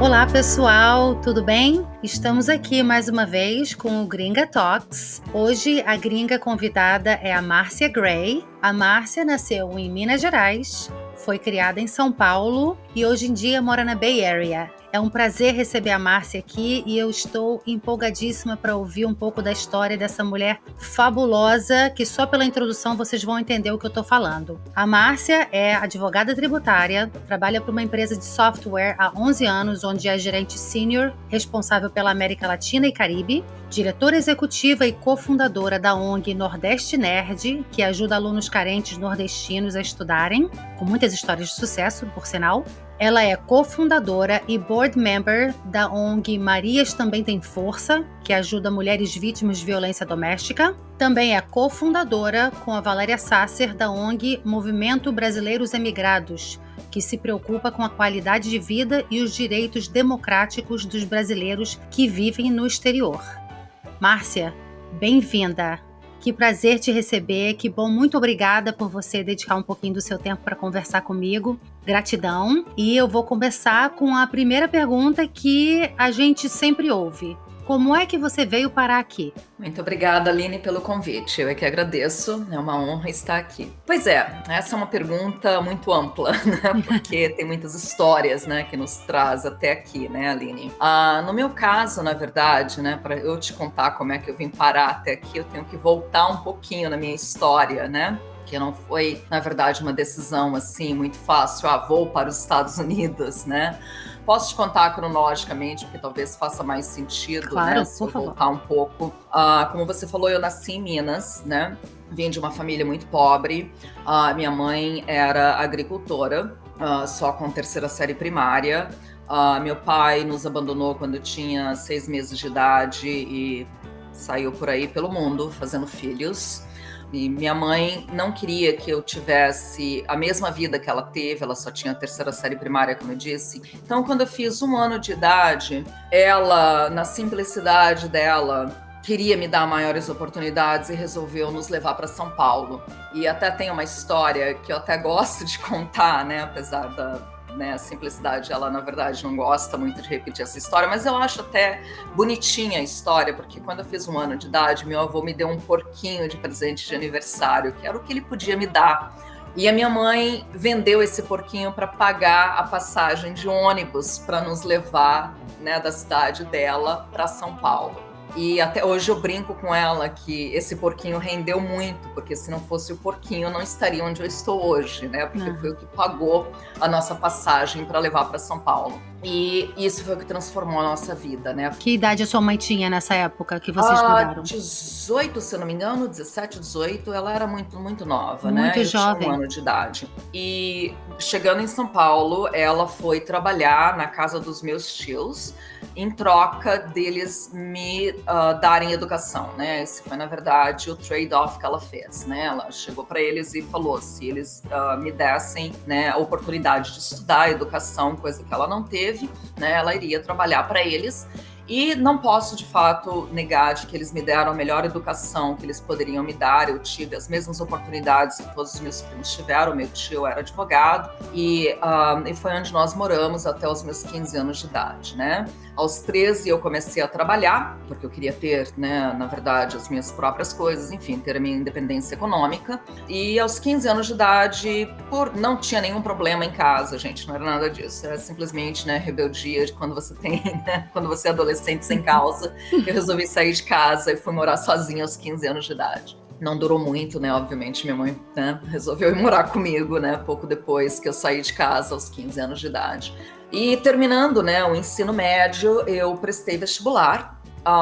Olá pessoal, tudo bem? Estamos aqui mais uma vez com o Gringa Talks. Hoje a gringa convidada é a Márcia Gray. A Márcia nasceu em Minas Gerais, foi criada em São Paulo e hoje em dia mora na Bay Area. É um prazer receber a Márcia aqui e eu estou empolgadíssima para ouvir um pouco da história dessa mulher fabulosa que só pela introdução vocês vão entender o que eu estou falando. A Márcia é advogada tributária, trabalha para uma empresa de software há 11 anos, onde é gerente sênior, responsável pela América Latina e Caribe, diretora executiva e cofundadora da ONG Nordeste Nerd, que ajuda alunos carentes nordestinos a estudarem, com muitas histórias de sucesso, por sinal. Ela é cofundadora e board member da ONG Marias Também Tem Força, que ajuda mulheres vítimas de violência doméstica. Também é cofundadora com a Valéria Sasser da ONG Movimento Brasileiros Emigrados, que se preocupa com a qualidade de vida e os direitos democráticos dos brasileiros que vivem no exterior. Márcia, bem-vinda! Que prazer te receber, que bom, muito obrigada por você dedicar um pouquinho do seu tempo para conversar comigo. Gratidão. E eu vou começar com a primeira pergunta que a gente sempre ouve. Como é que você veio parar aqui? Muito obrigada, Aline, pelo convite. Eu é que agradeço, é uma honra estar aqui. Pois é, essa é uma pergunta muito ampla, né? Porque tem muitas histórias, né, que nos traz até aqui, né, Aline? No meu caso, na verdade, né, para eu te contar como é que eu vim parar até aqui, eu tenho que voltar um pouquinho na minha história, né? Que não foi, na verdade, uma decisão assim muito fácil, vou para os Estados Unidos, né? Posso te contar cronologicamente, porque talvez faça mais sentido, claro, né? Se eu voltar um pouco. Como você falou, eu nasci em Minas, né? Vim de uma família muito pobre. Minha mãe era agricultora, só com terceira série primária. Meu pai nos abandonou quando eu tinha 6 meses de idade e saiu por aí pelo mundo fazendo filhos. E minha mãe não queria que eu tivesse a mesma vida que ela teve, ela só tinha a terceira série primária, como eu disse. Então, quando eu fiz 1 ano de idade, ela, na simplicidade dela, queria me dar maiores oportunidades e resolveu nos levar para São Paulo. E até tem uma história que eu até gosto de contar, né, apesar da a simplicidade, ela na verdade não gosta muito de repetir essa história, mas eu acho até bonitinha a história, porque quando eu fiz 1 ano de idade, meu avô me deu um porquinho de presente de aniversário, que era o que ele podia me dar. E a minha mãe vendeu esse porquinho para pagar a passagem de ônibus para nos levar, né, da cidade dela para São Paulo. E até hoje eu brinco com ela que esse porquinho rendeu muito, porque se não fosse o porquinho, eu não estaria onde eu estou hoje, né? Porque foi o que pagou a nossa passagem para levar para São Paulo. E isso foi o que transformou a nossa vida, né? Que idade a sua mãe tinha nessa época que vocês mudaram? 18, se eu não me engano, 17, 18, ela era muito, muito nova, né? Muito jovem. Tinha 1 ano de idade. E chegando em São Paulo, ela foi trabalhar na casa dos meus tios, em troca deles me darem educação, né? Esse foi, na verdade, o trade-off que ela fez, né? Ela chegou para eles e falou, se eles me dessem, né, a oportunidade de estudar educação, coisa que ela não teve, né, ela iria trabalhar para eles. E não posso, de fato, negar de que eles me deram a melhor educação que eles poderiam me dar. Eu tive as mesmas oportunidades que todos os meus primos tiveram. Meu tio era advogado e foi onde nós moramos até os meus 15 anos de idade, né? Aos 13 eu comecei a trabalhar, porque eu queria ter, né, na verdade, as minhas próprias coisas, enfim, ter a minha independência econômica. E aos 15 anos de idade, não tinha nenhum problema em casa, gente, não era nada disso. Era simplesmente, né, rebeldia de quando você tem, né, quando você é adolescente sem causa. Eu resolvi sair de casa e fui morar sozinha aos 15 anos de idade. Não durou muito, né, obviamente, minha mãe, né, resolveu ir morar comigo, né, pouco depois que eu saí de casa, aos 15 anos de idade. E terminando, né, o ensino médio, eu prestei vestibular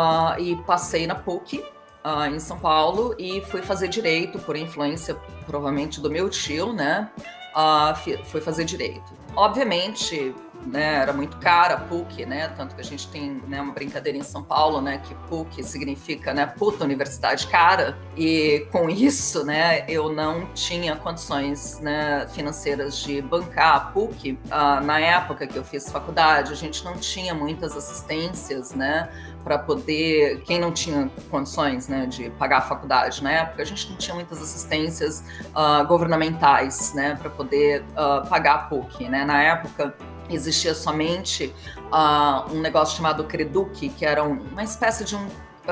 e passei na PUC em São Paulo e fui fazer direito, por influência provavelmente do meu tio, né, fui fazer direito. Obviamente, né, era muito cara a PUC, né, tanto que a gente tem, né, uma brincadeira em São Paulo, né, que PUC significa, né, puta universidade cara, e com isso, né, eu não tinha condições, né, financeiras de bancar a PUC. Na época que eu fiz faculdade, a gente não tinha muitas assistências, né, para poder, quem não tinha condições, né, de pagar a faculdade na época, a gente não tinha muitas assistências governamentais, né, para poder pagar a PUC, né, na época existia somente um negócio chamado Creduc, que era uma espécie de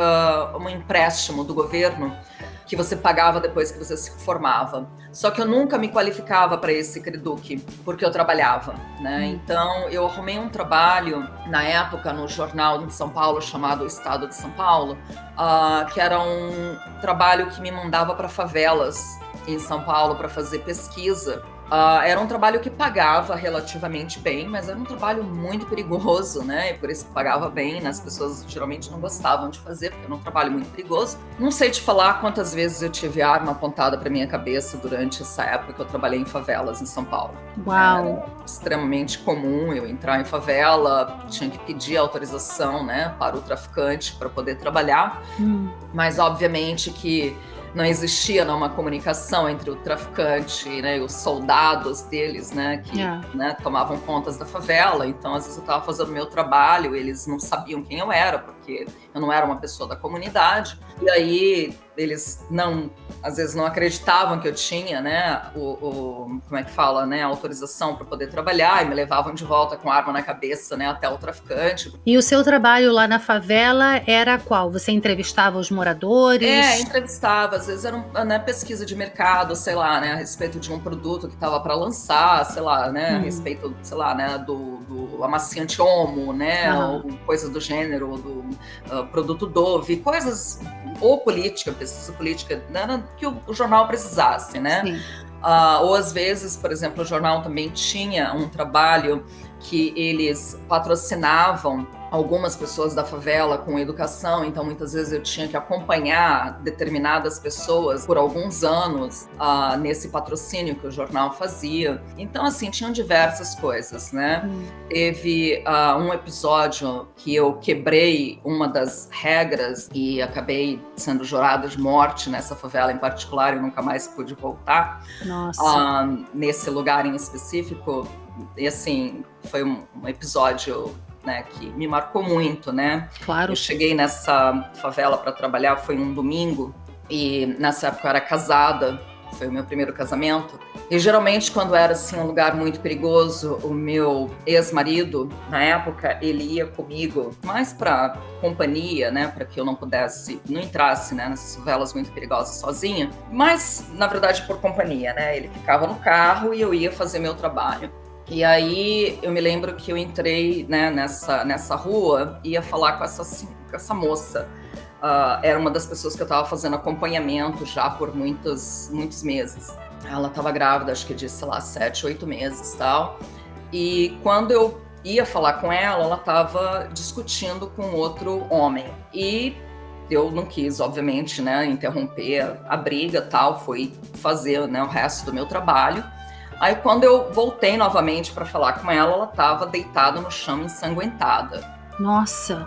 um empréstimo do governo que você pagava depois que você se formava. Só que eu nunca me qualificava para esse Creduc, porque eu trabalhava, né? Então, eu arrumei um trabalho, na época, no jornal de São Paulo, chamado O Estado de São Paulo, que era um trabalho que me mandava para favelas em São Paulo para fazer pesquisa. Era um trabalho que pagava relativamente bem, mas era um trabalho muito perigoso, né? E por isso que pagava bem, né? As pessoas geralmente não gostavam de fazer, porque era um trabalho muito perigoso. Não sei te falar quantas vezes eu tive arma apontada para minha cabeça durante essa época que eu trabalhei em favelas em São Paulo. Uau! Era extremamente comum eu entrar em favela, tinha que pedir autorização, né, para o traficante para poder trabalhar. Mas obviamente que não existia uma comunicação entre o traficante, né, e os soldados deles, né, que né, tomavam contas da favela. Então, às vezes eu estava fazendo meu trabalho, eles não sabiam quem eu era, porque eu não era uma pessoa da comunidade. E aí eles às vezes não acreditavam que eu tinha, né, como é que fala, né, a autorização para poder trabalhar, e me levavam de volta com arma na cabeça, né, até o traficante. E o seu trabalho lá na favela era qual? Você entrevistava os moradores? Entrevistava, às vezes era né, pesquisa de mercado, sei lá, né, a respeito de um produto que estava para lançar, sei lá, né, a respeito, sei lá, né, do amaciante Omo, né, ou coisas do gênero, do produto Dove, coisas, ou política, pesquisa política, né, que o jornal precisasse, né? Ou às vezes, por exemplo, o jornal também tinha um trabalho que eles patrocinavam algumas pessoas da favela com educação, então muitas vezes eu tinha que acompanhar determinadas pessoas por alguns anos nesse patrocínio que o jornal fazia. Então, assim, tinham diversas coisas, né? Teve um episódio que eu quebrei uma das regras e acabei sendo jurada de morte nessa favela em particular, e nunca mais pude voltar. Nossa. Nesse lugar em específico. E assim, foi um episódio, né, que me marcou muito, né? Claro. Eu cheguei nessa favela para trabalhar, foi um domingo, e nessa época eu era casada, foi o meu primeiro casamento. E geralmente quando era assim um lugar muito perigoso, o meu ex-marido, na época, ele ia comigo mais para companhia, né, para que eu não entrasse, né, nessas favelas muito perigosas sozinha, mas na verdade por companhia, né? Ele ficava no carro e eu ia fazer meu trabalho. E aí eu me lembro que eu entrei, né, nessa rua e ia falar com essa moça. Era uma das pessoas que eu estava fazendo acompanhamento já por muitos meses. Ela estava grávida, acho que de, sei lá, 7, 8 meses e tal. E quando eu ia falar com ela, ela estava discutindo com outro homem. E eu não quis, obviamente, né, interromper a briga e tal, fui fazer, né, o resto do meu trabalho. Aí quando eu voltei novamente para falar com ela, ela estava deitada no chão, ensanguentada. Nossa!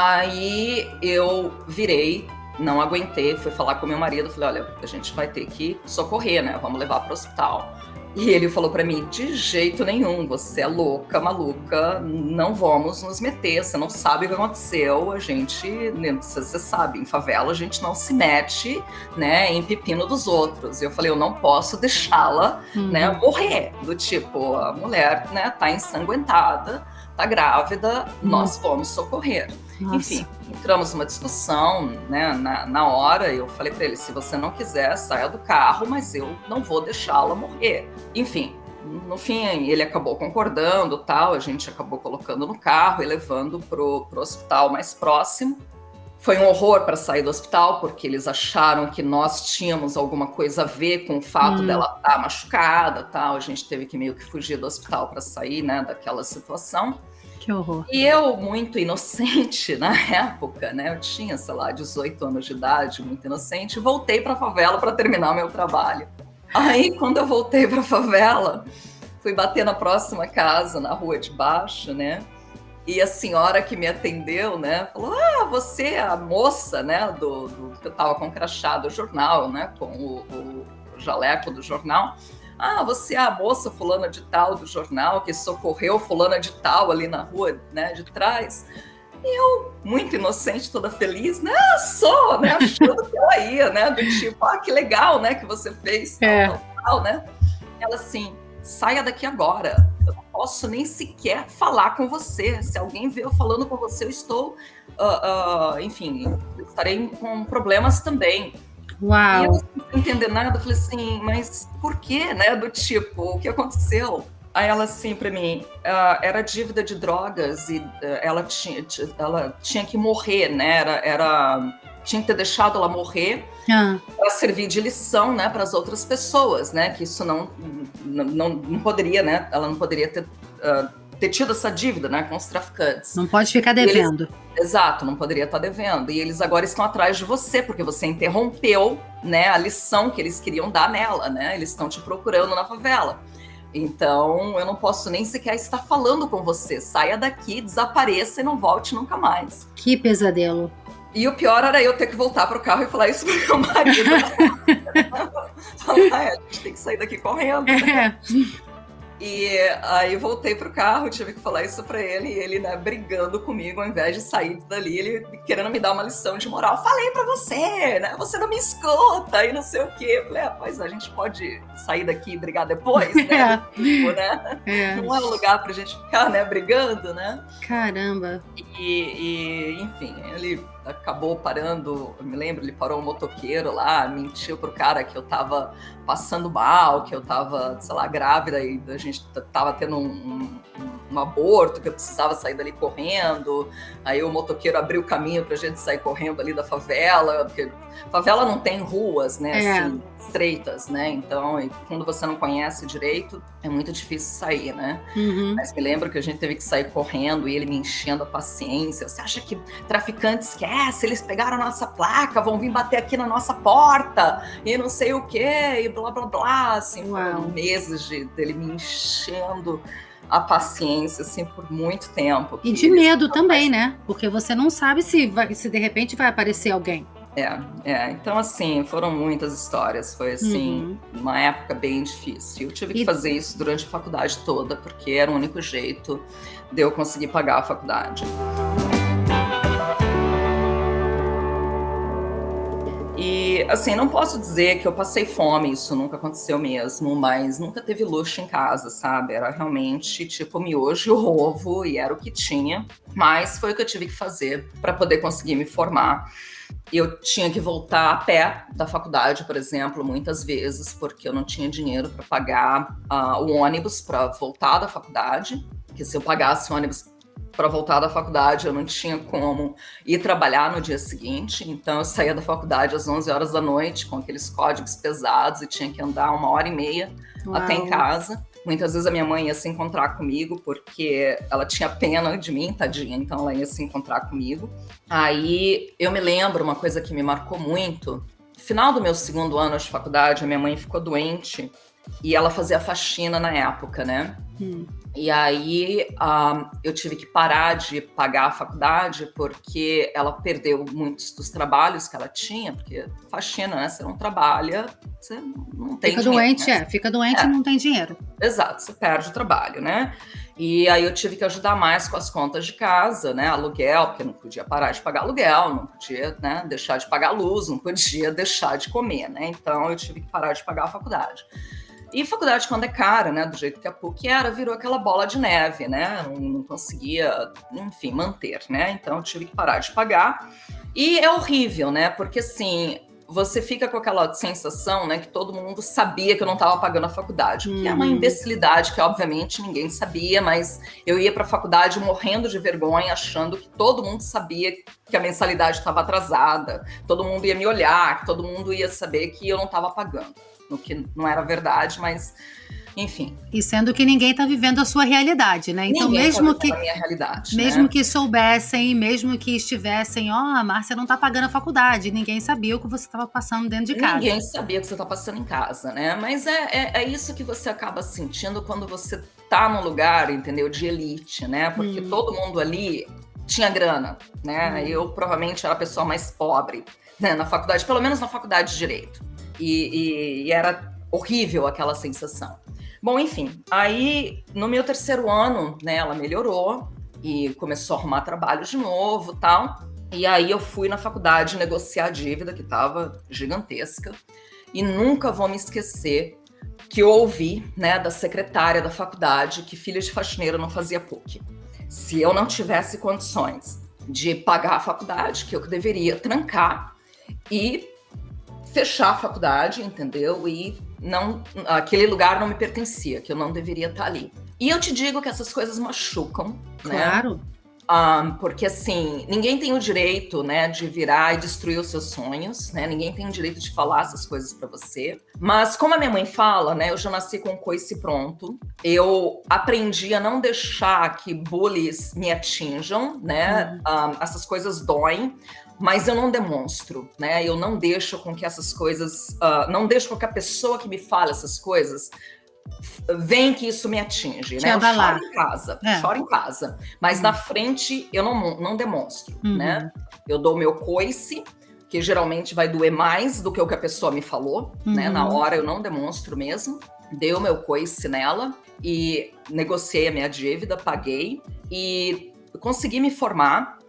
Aí eu virei, não aguentei, fui falar com meu marido, falei, olha, a gente vai ter que socorrer, né? Vamos levar para o hospital. E ele falou para mim, de jeito nenhum, você é louca, maluca, não vamos nos meter, você não sabe o que aconteceu, a gente, você sabe, em favela a gente não se mete, né, em pepino dos outros. E eu falei, eu não posso deixá-la, né, morrer, do tipo, a mulher, né, tá ensanguentada, tá grávida, nós vamos socorrer. Nossa. Enfim, entramos numa discussão, né, na hora, eu falei para ele, se você não quiser, saia do carro, mas eu não vou deixá-la morrer. Enfim, no fim, ele acabou concordando, tal, a gente acabou colocando no carro e levando pro hospital mais próximo. Foi um horror para sair do hospital, porque eles acharam que nós tínhamos alguma coisa a ver com o fato dela estar machucada, tal. A gente teve que meio que fugir do hospital para sair, né, daquela situação. Que horror. E eu, muito inocente na época, né, eu tinha, sei lá, 18 anos de idade, muito inocente, voltei para a favela para terminar meu trabalho. Aí, quando eu voltei para a favela, fui bater na próxima casa, na rua de baixo, né, e a senhora que me atendeu, né, falou, você é a moça, né, que eu tava com o crachá do jornal, né, com o jaleco do jornal. Você é a moça fulana de tal do jornal que socorreu fulana de tal ali na rua, né, de trás. E eu, muito inocente, toda feliz, né, sou, né, achando que ela ia, né, do tipo, que legal, né, que você fez, tal, né. Ela assim, saia daqui agora, eu não posso nem sequer falar com você. Se alguém vê eu falando com você, eu estou, enfim, estarei com problemas também. Uau. E eu não entender nada, eu falei assim, mas por quê, né? Do tipo, o que aconteceu? Aí ela assim pra mim, era dívida de drogas e ela tinha que morrer, né? Tinha que ter deixado ela morrer para servir de lição, né, para as outras pessoas, né? Que isso não poderia, né? Ela não poderia ter tido essa dívida, né, com os traficantes. Não pode ficar devendo. Exato, não poderia estar devendo. E eles agora estão atrás de você, porque você interrompeu, né, a lição que eles queriam dar nela, né? Eles estão te procurando na favela. Então, eu não posso nem sequer estar falando com você. Saia daqui, desapareça e não volte nunca mais. Que pesadelo. E o pior era eu ter que voltar pro carro e falar isso pro meu marido. A gente tem que sair daqui correndo. Né? E aí voltei pro carro, tive que falar isso pra ele, e ele, né, brigando comigo, ao invés de sair dali, ele querendo me dar uma lição de moral. Falei pra você, né? Você não me escuta e não sei o quê. Falei, pois a gente pode sair daqui e brigar depois, né? Tipo, né? Não é um lugar pra gente ficar, né, brigando, né? Caramba. E enfim, ele acabou parando, eu me lembro, ele parou um motoqueiro lá, mentiu pro cara que eu tava passando mal, que eu tava, sei lá, grávida e a gente tava tendo um aborto, que eu precisava sair dali correndo. Aí o motoqueiro abriu o caminho pra gente sair correndo ali da favela, porque favela não tem ruas, né, assim, estreitas, né, então quando você não conhece direito, é muito difícil sair, né. Mas me lembro que a gente teve que sair correndo e ele me enchendo a paciência. Você acha que traficante esquece? Eles pegaram a nossa placa, vão vir bater aqui na nossa porta e não sei o quê, e blá blá blá, assim. Foram meses dele me enchendo a paciência, assim, por muito tempo. E de medo também, né? Porque você não sabe se de repente vai aparecer alguém. Então, assim, foram muitas histórias. Foi, assim, uma época bem difícil. Eu tive que fazer isso durante a faculdade toda, porque era o único jeito de eu conseguir pagar a faculdade. E, assim, não posso dizer que eu passei fome, isso nunca aconteceu mesmo, mas nunca teve luxo em casa, sabe? Era realmente, tipo, miojo e ovo, e era o que tinha. Mas foi o que eu tive que fazer para poder conseguir me formar. Eu tinha que voltar a pé da faculdade, por exemplo, muitas vezes, porque eu não tinha dinheiro para pagar o ônibus para voltar da faculdade, porque se eu pagasse o ônibus para voltar da faculdade, eu não tinha como ir trabalhar no dia seguinte, então eu saía da faculdade às 11 horas da noite com aqueles códigos pesados e tinha que andar 1h30 até em casa. Muitas vezes a minha mãe ia se encontrar comigo porque ela tinha pena de mim, tadinha, então ela ia se encontrar comigo. Aí eu me lembro uma coisa que me marcou muito. No final do meu 2º ano de faculdade, a minha mãe ficou doente e ela fazia faxina na época, né? E aí eu tive que parar de pagar a faculdade porque ela perdeu muitos dos trabalhos que ela tinha, porque faxina, né? Você não trabalha, você não tem dinheiro. Doente, né? Fica doente e não tem dinheiro. Exato, você perde o trabalho, né? E aí eu tive que ajudar mais com as contas de casa, né? Aluguel, porque eu não podia parar de pagar aluguel, não podia, né, deixar de pagar luz, não podia deixar de comer, né? Então eu tive que parar de pagar a faculdade. E faculdade, quando é cara, né, do jeito que a PUC era, virou aquela bola de neve, né, não conseguia, enfim, manter, né, então eu tive que parar de pagar. E é horrível, né, porque assim, você fica com aquela sensação, né, que todo mundo sabia que eu não estava pagando a faculdade, que é uma imbecilidade que obviamente ninguém sabia, mas eu ia para a faculdade morrendo de vergonha, achando que todo mundo sabia que a mensalidade estava atrasada, todo mundo ia me olhar, que todo mundo ia saber que eu não estava pagando. No que não era verdade, mas enfim. E sendo que ninguém está vivendo a sua realidade, né? Então, mesmo que a minha realidade, mesmo, né? Que soubessem, mesmo que estivessem, a Márcia não está pagando a faculdade, ninguém sabia o que você estava passando dentro de casa. Ninguém sabia o que você está passando em casa, né? Mas é isso que você acaba sentindo quando você tá num lugar, entendeu, de elite, né? Porque todo mundo ali tinha grana, né? Eu provavelmente era a pessoa mais pobre, né, na faculdade, pelo menos na faculdade de Direito. E era horrível aquela sensação. Bom, enfim, aí no meu 3º ano, né, ela melhorou e começou a arrumar trabalho de novo, tal. E aí eu fui na faculdade negociar a dívida, que estava gigantesca. E nunca vou me esquecer que eu ouvi, né, da secretária da faculdade que filha de faxineiro não fazia PUC. Se eu não tivesse condições de pagar a faculdade, que eu deveria trancar e fechar a faculdade, entendeu? E não, aquele lugar não me pertencia, que eu não deveria estar ali. E eu te digo que essas coisas machucam, Claro. né? Porque, assim, ninguém tem o direito, né, de virar e destruir os seus sonhos, né? Ninguém tem o direito de falar essas coisas pra você. Mas, como a minha mãe fala, né, eu já nasci com o coice pronto. Eu aprendi a não deixar que bullies me atinjam, né? Essas coisas doem. Mas eu não demonstro, né? Eu não deixo com que essas coisas... não deixo com que a pessoa que me fala essas coisas vem que isso me atinge, né? Eu choro em casa. Mas na frente eu não demonstro, né? Eu dou meu coice, que geralmente vai doer mais do que o que a pessoa me falou, né? Na hora eu não demonstro mesmo. Dei o meu coice nela e negociei a minha dívida, paguei e consegui me formar.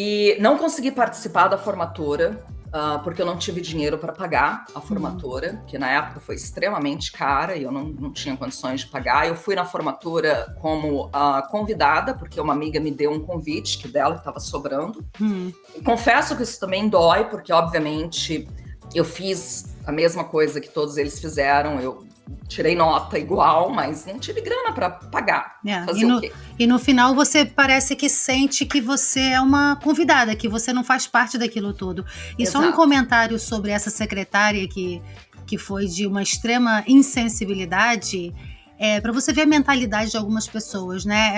E não consegui participar da formatura, porque eu não tive dinheiro para pagar a formatura, que na época foi extremamente cara e eu não tinha condições de pagar. Eu fui na formatura como convidada, porque uma amiga me deu um convite, que dela estava sobrando. E confesso que isso também dói, porque obviamente eu fiz a mesma coisa que todos eles fizeram, eu tirei nota igual, mas não tive grana para pagar. Fazer o quê? E no final você parece que sente que você é uma convidada, que você não faz parte daquilo tudo. E Exato. Só um comentário sobre essa secretária que foi de uma extrema insensibilidade, para você ver a mentalidade de algumas pessoas, né?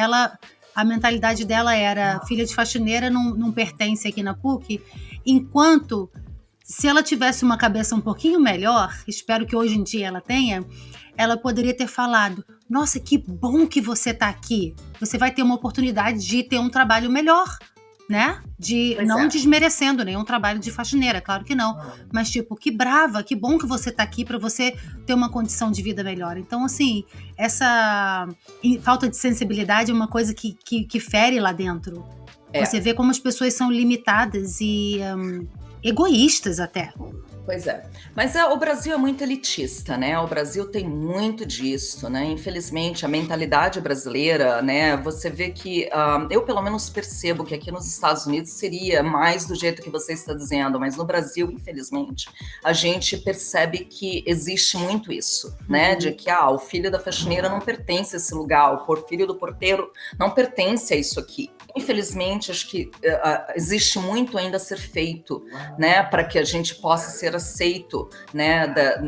A mentalidade dela era filha de faxineira, não pertence aqui na PUC, enquanto... Se ela tivesse uma cabeça um pouquinho melhor, espero que hoje em dia ela tenha, ela poderia ter falado, nossa, que bom que você está aqui. Você vai ter uma oportunidade de ter um trabalho melhor, né? Não desmerecendo nenhum trabalho de faxineira, claro que não. Mas tipo, que brava, que bom que você está aqui para você ter uma condição de vida melhor. Então, assim, essa falta de sensibilidade é uma coisa que fere lá dentro. Você vê como as pessoas são limitadas e... egoístas até. Pois é. Mas o Brasil é muito elitista, né? O Brasil tem muito disso, né? Infelizmente, a mentalidade brasileira, né? Você vê que... eu, pelo menos, percebo que aqui nos Estados Unidos seria mais do jeito que você está dizendo, mas no Brasil, infelizmente, a gente percebe que existe muito isso, né? De que, o filho da faxineira não pertence a esse lugar, o filho do porteiro não pertence a isso aqui. Infelizmente, acho que existe muito ainda a ser feito, né? Para que a gente possa ser aceito, né,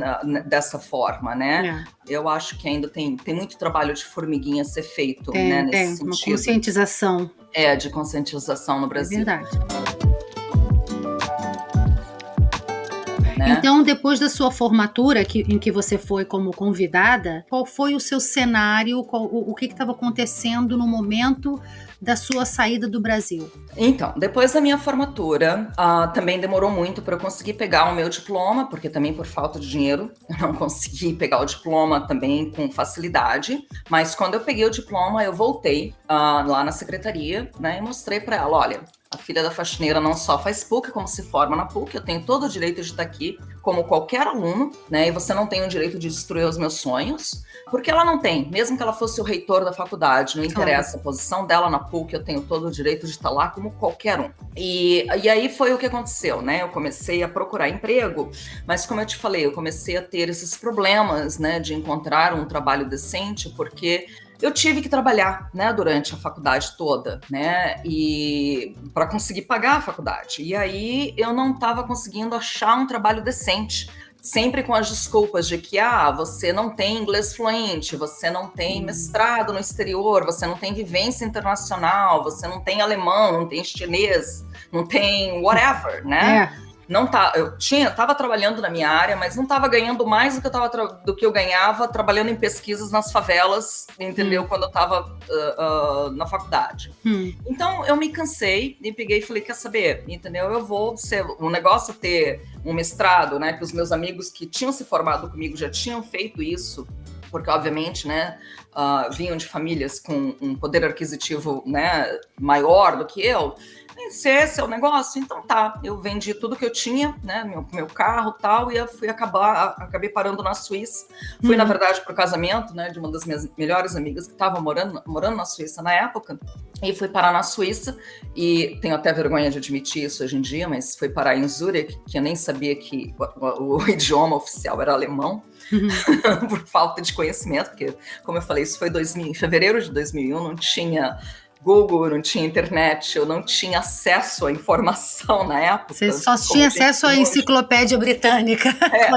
dessa forma, né? Eu acho que ainda tem muito trabalho de formiguinha a ser feito, né, nesse sentido. Uma conscientização. De conscientização no Brasil. É verdade. Né? Então, depois da sua formatura, em que você foi como convidada, qual foi o seu cenário, o que estava acontecendo no momento da sua saída do Brasil? Então, depois da minha formatura, também demorou muito para eu conseguir pegar o meu diploma, porque também por falta de dinheiro, eu não consegui pegar o diploma também com facilidade. Mas quando eu peguei o diploma, eu voltei lá na secretaria, né, e mostrei para ela, olha, a filha da faxineira não só faz PUC, como se forma na PUC, eu tenho todo o direito de estar aqui, como qualquer aluno, né? E você não tem o direito de destruir os meus sonhos, porque ela não tem. Mesmo que ela fosse o reitor da faculdade, não interessa a posição dela na PUC, eu tenho todo o direito de estar lá como qualquer um. E aí foi o que aconteceu, né? Eu comecei a procurar emprego, mas como eu te falei, eu comecei a ter esses problemas, né? De encontrar um trabalho decente, porque... eu tive que trabalhar, né, durante a faculdade toda, né, e para conseguir pagar a faculdade. E aí eu não estava conseguindo achar um trabalho decente, sempre com as desculpas de que você não tem inglês fluente, você não tem mestrado no exterior, você não tem vivência internacional, você não tem alemão, não tem chinês, não tem whatever, né? Eu estava trabalhando na minha área, mas não estava ganhando mais do que eu ganhava trabalhando em pesquisas nas favelas, entendeu? Quando eu estava na faculdade. Então, eu me cansei e peguei e falei, quer saber, entendeu? Eu vou ser... O negócio é ter um mestrado, né? Que os meus amigos que tinham se formado comigo já tinham feito isso. porque obviamente, né, vinham de famílias com um poder aquisitivo, né, maior do que eu. Se esse é o negócio, então tá. Eu vendi tudo que eu tinha, né, meu carro e tal, e eu acabei parando na Suíça. Fui, na verdade, pro casamento, né, de uma das minhas melhores amigas que estava morando na Suíça na época, e fui parar na Suíça, e tenho até vergonha de admitir isso hoje em dia, mas fui parar em Zurich, que eu nem sabia que o idioma oficial era alemão, por falta de conhecimento, porque, como eu falei, isso foi em fevereiro de 2001, não tinha Google, não tinha internet, eu não tinha acesso à informação na época. Você só tinha acesso à enciclopédia britânica.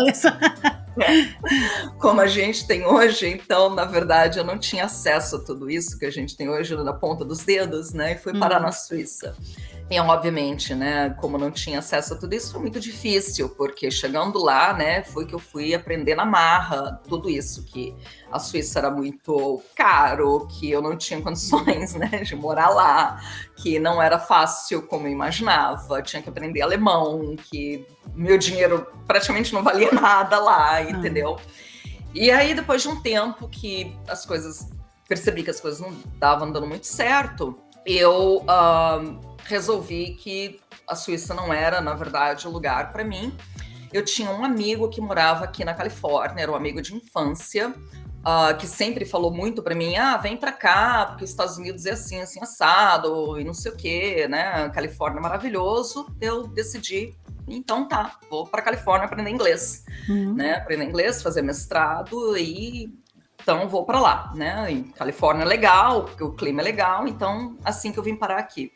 Como a gente tem hoje, então, na verdade, eu não tinha acesso a tudo isso que a gente tem hoje na ponta dos dedos, né? E fui parar na Suíça. E, obviamente, né, como não tinha acesso a tudo isso, foi muito difícil, porque chegando lá, né, foi que eu fui aprender na marra tudo isso, que a Suíça era muito caro, que eu não tinha condições, né, de morar lá, que não era fácil como eu imaginava, tinha que aprender alemão, que meu dinheiro praticamente não valia nada lá, entendeu? E aí, depois de um tempo que percebi que as coisas não estavam dando muito certo, eu resolvi que a Suíça não era, na verdade, o lugar para mim. Eu tinha um amigo que morava aqui na Califórnia, era um amigo de infância, que sempre falou muito para mim, vem para cá, porque os Estados Unidos é assim, assim, assado, e não sei o quê, né? Califórnia é maravilhoso. Eu decidi, então tá, vou para Califórnia aprender inglês, né? Aprender inglês, fazer mestrado e... Então, vou para lá, né? Em Califórnia é legal, o clima é legal, então, assim que eu vim parar aqui.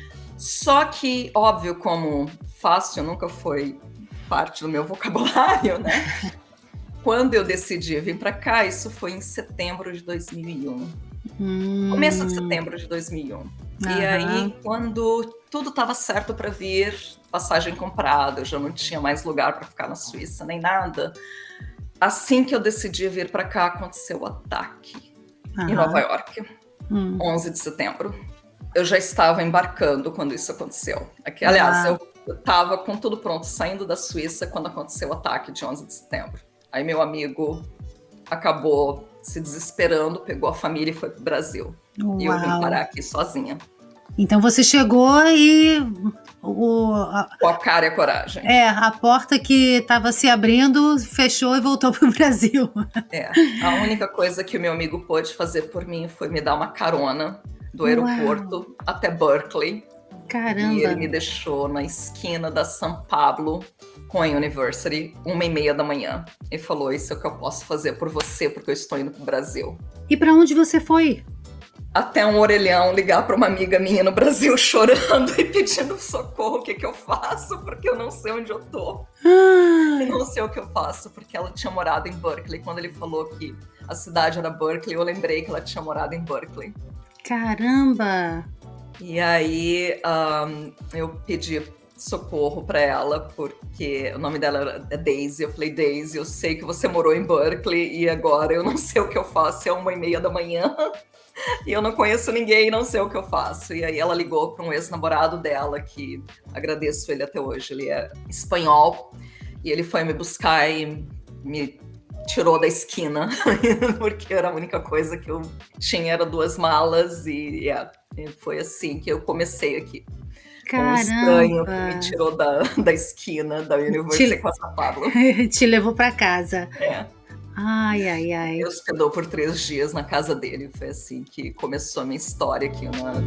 Só que, óbvio, como fácil nunca foi parte do meu vocabulário, né? Quando eu decidi vir para cá, isso foi em setembro de 2001. Começo de setembro de 2001. E aí, quando tudo estava certo para vir, passagem comprada, eu já não tinha mais lugar para ficar na Suíça, nem nada. Assim que eu decidi vir para cá, aconteceu o ataque em Nova York, 11 de setembro. Eu já estava embarcando quando isso aconteceu. Aliás, eu estava com tudo pronto, saindo da Suíça quando aconteceu o ataque de 11 de setembro. Aí meu amigo acabou se desesperando, pegou a família e foi para o Brasil. Uau. E eu vim parar aqui sozinha. Então você chegou e... Com a cara e a coragem. A porta que estava se abrindo, fechou e voltou para o Brasil. A única coisa que o meu amigo pôde fazer por mim foi me dar uma carona do aeroporto até Berkeley. Caramba! E ele me deixou na esquina da São Pablo com a University, 1h30 da manhã. E falou, isso é o que eu posso fazer por você, porque eu estou indo para o Brasil. E para onde você foi? Até um orelhão ligar para uma amiga minha no Brasil chorando e pedindo socorro, o que eu faço, porque eu não sei onde eu tô. Eu não sei o que eu faço, porque ela tinha morado em Berkeley. Quando ele falou que a cidade era Berkeley, eu lembrei que ela tinha morado em Berkeley. Caramba! E aí eu pedi socorro para ela, porque o nome dela é Daisy. Eu falei, Daisy, eu sei que você morou em Berkeley e agora eu não sei o que eu faço, é 1h30 da manhã. E eu não conheço ninguém, não sei o que eu faço. E aí ela ligou para um ex-namorado dela, que agradeço ele até hoje, ele é espanhol, e ele foi me buscar e me tirou da esquina, porque era a única coisa que eu tinha, era 2 malas, e foi assim que eu comecei aqui. Caramba. Um estranho que me tirou da esquina da University com a São Pablo. Te levou para casa. Ai, ai, ai. Ele hospedou por 3 dias na casa dele. Foi assim que começou a minha história aqui.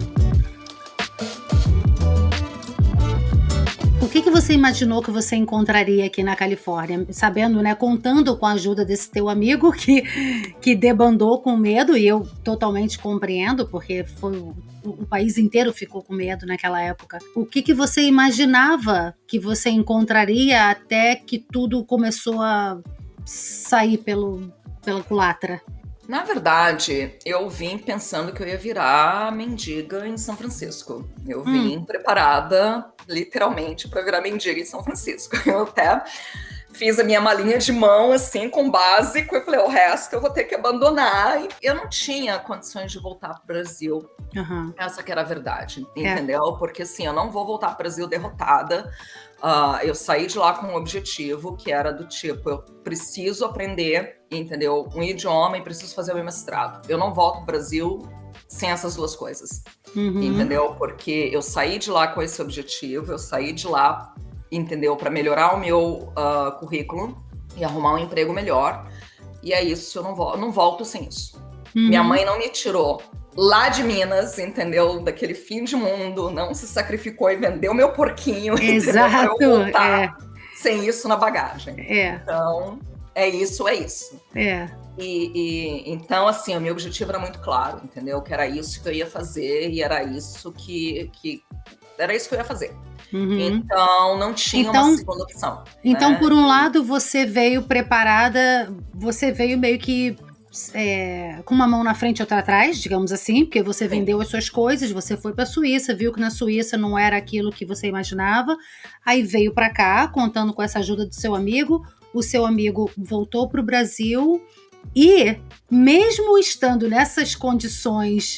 O que você imaginou que você encontraria aqui na Califórnia? Sabendo, né, contando com a ajuda desse teu amigo que debandou com medo, e eu totalmente compreendo, porque o país inteiro ficou com medo naquela época. O que você imaginava que você encontraria até que tudo começou a sair pela culatra? Na verdade, eu vim pensando que eu ia virar mendiga em São Francisco. Eu vim preparada, literalmente, para virar mendiga em São Francisco. Eu até fiz a minha malinha de mão, assim, com básico, e falei, o resto eu vou ter que abandonar. E eu não tinha condições de voltar pro Brasil. Essa que era a verdade, entendeu? Porque, assim, eu não vou voltar pro Brasil derrotada. Eu saí de lá com um objetivo que era do tipo, eu preciso aprender, entendeu? Um idioma e preciso fazer o meu mestrado. Eu não volto pro Brasil sem essas duas coisas, entendeu? Porque eu saí de lá com esse objetivo, eu saí de lá, entendeu? Para melhorar o meu currículo e arrumar um emprego melhor. E é isso, eu não volto sem isso. Minha mãe não me tirou lá de Minas, entendeu? Daquele fim de mundo, não se sacrificou e vendeu meu porquinho. Exato. Pra eu voltar sem isso na bagagem. Então, é isso. Então, assim, o meu objetivo era muito claro, entendeu? Que era isso que eu ia fazer e era isso que era isso que eu ia fazer. Então, não tinha uma segunda opção. Então, né? Por um lado, você veio preparada, você veio meio que com uma mão na frente e outra atrás, digamos assim, porque você vendeu as suas coisas, você foi para a Suíça, viu que na Suíça não era aquilo que você imaginava, aí veio para cá, contando com essa ajuda do seu amigo, o seu amigo voltou para o Brasil e, mesmo estando nessas condições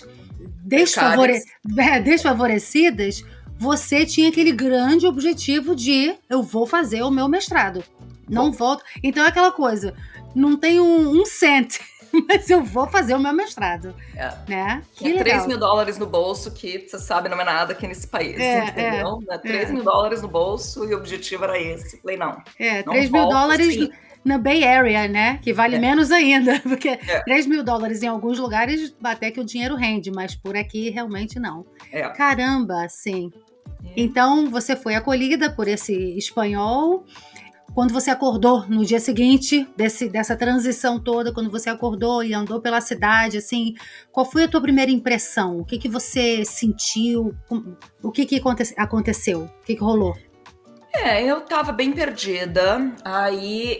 desfavorecidas, você tinha aquele grande objetivo de eu vou fazer o meu mestrado, não volto. Então é aquela coisa, não tem um cent, mas eu vou fazer o meu mestrado. Né? Tinha $3 mil no bolso, que você sabe, não é nada aqui nesse país, entendeu? $3 mil no bolso e o objetivo era esse. Falei, não. $3 mil na Bay Area, né? Que vale menos ainda, porque $3 mil em alguns lugares até que o dinheiro rende, mas por aqui realmente não. Caramba, sim. Então você foi acolhida por esse espanhol. Quando você acordou no dia seguinte dessa transição toda, quando você acordou e andou pela cidade, assim, qual foi a tua primeira impressão? O que você sentiu? O que aconteceu? O que rolou? Eu tava bem perdida, aí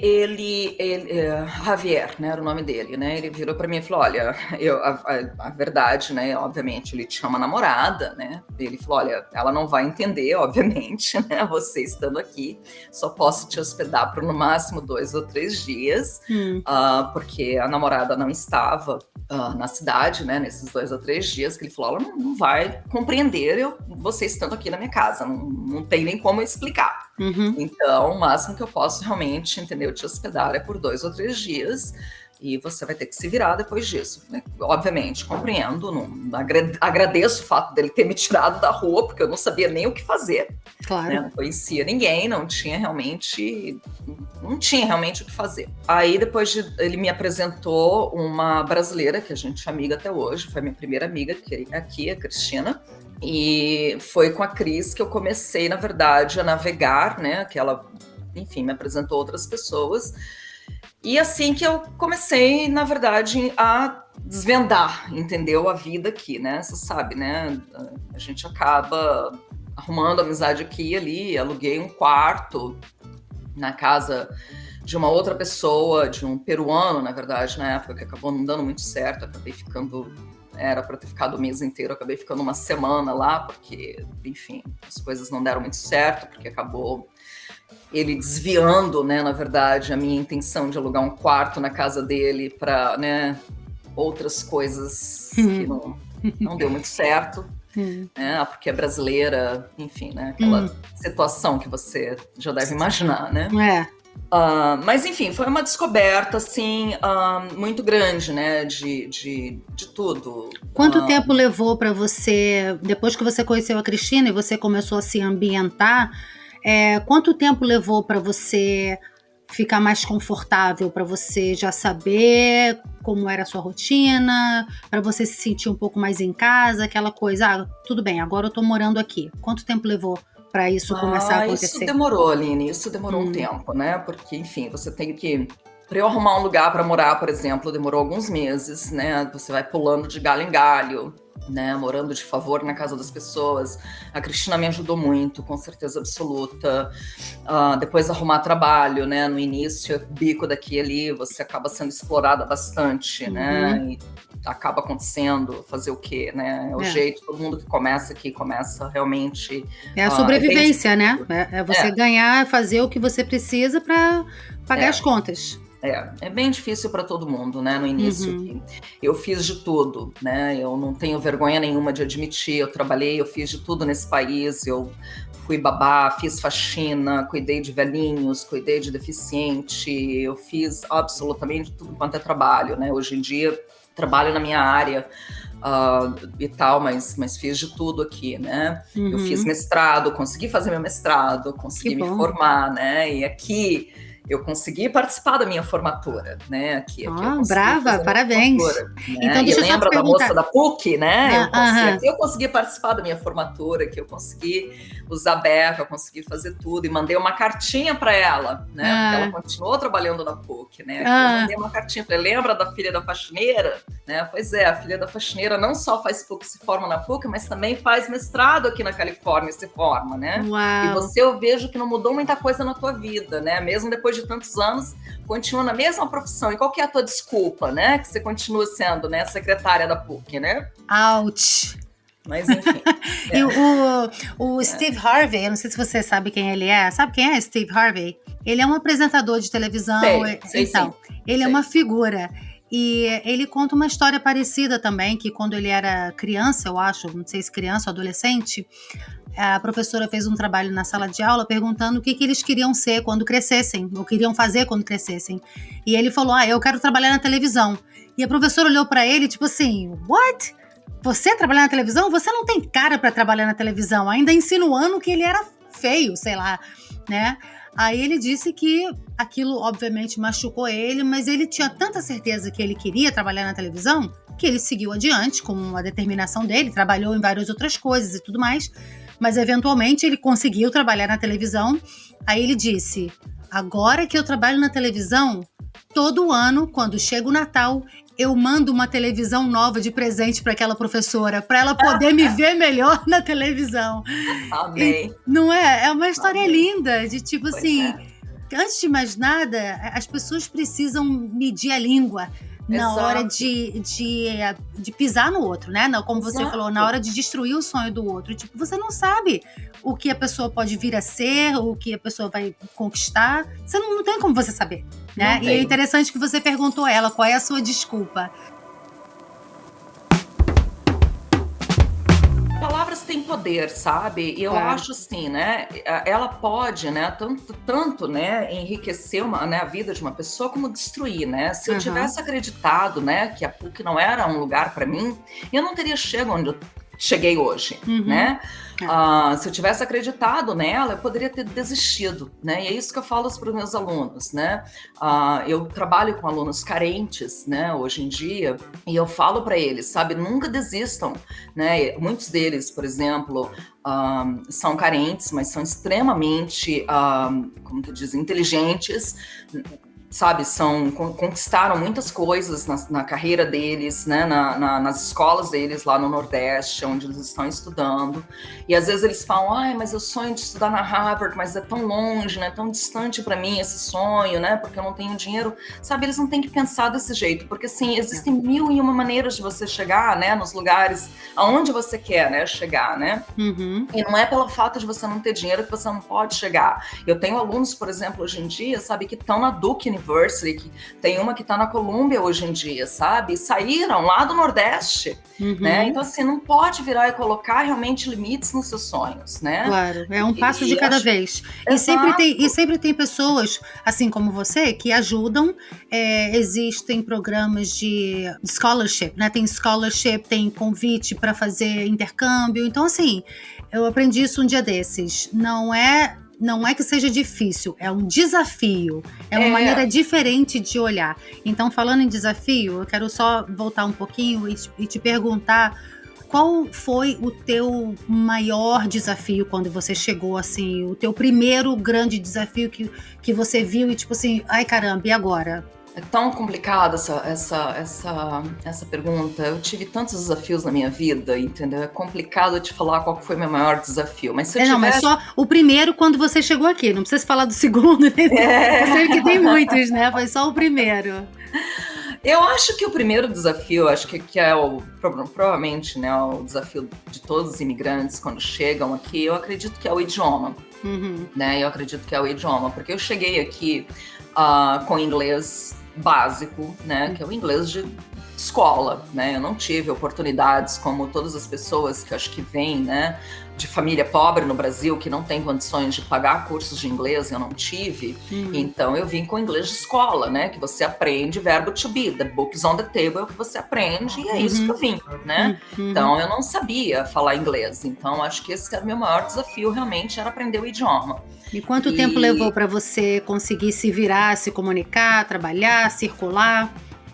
Javier, né, era o nome dele, né, ele virou pra mim e falou, olha, a verdade, né, obviamente, ele tinha uma namorada, né, ele falou, olha, ela não vai entender, obviamente, né, você estando aqui, só posso te hospedar por no máximo 2 ou 3 dias, porque a namorada não estava na cidade, né, nesses 2 ou 3 dias, que ele falou, ela não vai compreender você estando aqui na minha casa, não tem nem como explicar. Então, o máximo que eu posso realmente, entendeu, te hospedar é por 2 ou 3 dias e você vai ter que se virar depois disso, né? Obviamente, compreendo, agradeço o fato dele ter me tirado da rua, porque eu não sabia nem o que fazer. Claro. Né? Não conhecia ninguém, não tinha realmente o que fazer. Aí, ele me apresentou uma brasileira, que a gente é amiga até hoje, foi a minha primeira amiga aqui, a Cristina. E foi com a Cris que eu comecei, na verdade, a navegar, né? Que ela, enfim, me apresentou outras pessoas. E assim que eu comecei, na verdade, a desvendar, entendeu? A vida aqui, né? Você sabe, né? A gente acaba arrumando amizade aqui e ali. Aluguei um quarto na casa de uma outra pessoa, de um peruano, na verdade, na época, que acabou não dando muito certo. Acabei ficando... Era para ter ficado o mês inteiro, acabei ficando uma semana lá, porque, enfim, as coisas não deram muito certo, porque acabou ele desviando, né, na verdade, a minha intenção de alugar um quarto na casa dele para, né, outras coisas que não deu muito certo, né, porque é brasileira, enfim, né, aquela situação que você já deve imaginar, né? Mas enfim, foi uma descoberta assim muito grande, né, de tudo. Quanto tempo levou para você, depois que você conheceu a Cristina e você começou a se ambientar, quanto tempo levou para você ficar mais confortável, para você já saber como era a sua rotina, para você se sentir um pouco mais em casa, aquela coisa, tudo bem, agora eu tô morando aqui. Quanto tempo levou para isso começar a acontecer? Isso demorou, Aline, isso demorou um tempo, né? Porque, enfim, você tem que... Para eu arrumar um lugar para morar, por exemplo, demorou alguns meses, né? Você vai pulando de galho em galho. né, morando de favor na casa das pessoas. A Cristina me ajudou muito, com certeza absoluta. Depois arrumar trabalho, né, no início, bico daqui e ali, você acaba sendo explorada bastante, né, e acaba acontecendo, fazer o quê, né, é o jeito, todo mundo que começa aqui, começa realmente... É a sobrevivência, né, é você ganhar, fazer o que você precisa para pagar as contas. É bem difícil para todo mundo, né? No início, eu fiz de tudo, né? Eu não tenho vergonha nenhuma de admitir. Eu trabalhei, eu fiz de tudo nesse país. Eu fui babá, fiz faxina, cuidei de velhinhos, cuidei de deficiente. Eu fiz absolutamente tudo quanto é trabalho, né? Hoje em dia, trabalho na minha área e tal, mas fiz de tudo aqui, né? Eu fiz mestrado, consegui fazer meu mestrado, consegui me formar, né? E aqui... eu consegui participar da minha formatura, né? Aqui brava, parabéns. Né? Então, deixa eu lembra da moça da PUC, né? Aqui eu consegui participar da minha formatura, que eu consegui usar beca, eu consegui fazer tudo, e mandei uma cartinha para ela, né? Porque ela continuou trabalhando na PUC, né? Aqui eu mandei uma cartinha, falei, lembra da filha da faxineira? Né? Pois é, a filha da faxineira não só faz PUC, se forma na PUC, mas também faz mestrado aqui na Califórnia, se forma, né? Uau. E você, eu vejo que não mudou muita coisa na tua vida, né? Mesmo depois de tantos anos, continua na mesma profissão. E qual que é a tua desculpa, né? Que você continua sendo, né, secretária da PUC, né? Ouch! Mas, enfim. E o Steve Harvey, eu não sei se você sabe quem ele é. Sabe quem é Steve Harvey? Ele é um apresentador de televisão. Sei, ele é uma figura. E ele conta uma história parecida também, que quando ele era criança, eu acho, não sei se criança ou adolescente, a professora fez um trabalho na sala de aula perguntando o que eles queriam ser quando crescessem, ou queriam fazer quando crescessem. E ele falou, eu quero trabalhar na televisão. E a professora olhou pra ele, tipo assim, what? Você trabalhar na televisão? Você não tem cara pra trabalhar na televisão, ainda insinuando que ele era feio, sei lá, né? Aí ele disse que aquilo obviamente machucou ele, mas ele tinha tanta certeza que ele queria trabalhar na televisão, que ele seguiu adiante com a determinação dele, trabalhou em várias outras coisas e tudo mais, mas eventualmente ele conseguiu trabalhar na televisão. Aí ele disse, agora que eu trabalho na televisão, todo ano, quando chega o Natal, eu mando uma televisão nova de presente para aquela professora, para ela poder me ver melhor na televisão. Amém. Não é? É uma história linda, de tipo assim, antes de mais nada, as pessoas precisam medir a língua na hora de pisar no outro, né? Como você falou, na hora de destruir o sonho do outro. Tipo, você não sabe o que a pessoa pode vir a ser, o que a pessoa vai conquistar. Você não tem como você saber, né? E é interessante que você perguntou a ela qual é a sua desculpa. Palavras têm poder, sabe? E eu acho assim, né? Ela pode, né? Tanto, né? Enriquecer a vida de uma pessoa, como destruir, né? Se eu tivesse acreditado, né? Que a PUC não era um lugar para mim, eu não teria chegado onde eu cheguei hoje, né? Se eu tivesse acreditado nela, eu poderia ter desistido, né? E é isso que eu falo para os meus alunos, né? Eu trabalho com alunos carentes, né? Hoje em dia, e eu falo para eles, sabe? Nunca desistam, né? Muitos deles, por exemplo, são carentes, mas são extremamente, como tu diz, inteligentes, sabe, conquistaram muitas coisas na carreira deles, né, nas escolas deles lá no Nordeste, onde eles estão estudando, e às vezes eles falam, mas eu sonho de estudar na Harvard, mas é tão longe, né, tão distante para mim esse sonho, né, porque eu não tenho dinheiro, sabe, eles não têm que pensar desse jeito, porque assim, existem 1001 maneiras de você chegar, né, nos lugares aonde você quer, né, chegar, né, e não é pelo fato de você não ter dinheiro que você não pode chegar. Eu tenho alunos, por exemplo, hoje em dia, sabe, que estão na Duke University, que tem uma que está na Columbia hoje em dia, sabe? Saíram lá do Nordeste, né? Então, assim, não pode virar e colocar realmente limites nos seus sonhos, né? Claro, é um passo de cada vez. E sempre tem pessoas, assim como você, que ajudam. Existem programas de scholarship, né? Tem scholarship, tem convite para fazer intercâmbio. Então, assim, eu aprendi isso um dia desses. Não é que seja difícil, é um desafio. É uma maneira diferente de olhar. Então, falando em desafio, eu quero só voltar um pouquinho e te perguntar qual foi o teu maior desafio quando você chegou, assim, o teu primeiro grande desafio que você viu e tipo assim, ai caramba, e agora? É tão complicada essa pergunta. Eu tive tantos desafios na minha vida, entendeu? É complicado te falar qual foi o meu maior desafio. Mas se eu Não, mas só o primeiro quando você chegou aqui. Não precisa falar do segundo. Eu sei que tem muitos, né? Foi só o primeiro. Eu acho que o primeiro desafio, acho que é provavelmente, né, o desafio de todos os imigrantes quando chegam aqui, eu acredito que é o idioma. Né? Eu acredito que é o idioma, porque eu cheguei aqui com inglês básico, né, que é o inglês de escola, né? Eu não tive oportunidades como todas as pessoas que acho que vêm, né, de família pobre no Brasil, que não tem condições de pagar cursos de inglês, eu não tive. Então eu vim com inglês de escola, né, que você aprende verbo to be, the book's on the table, é o que você aprende e é isso que eu vim, né? Então eu não sabia falar inglês, então acho que esse era o meu maior desafio, realmente, era aprender o idioma. E quanto tempo levou para você conseguir se virar, se comunicar, trabalhar, circular?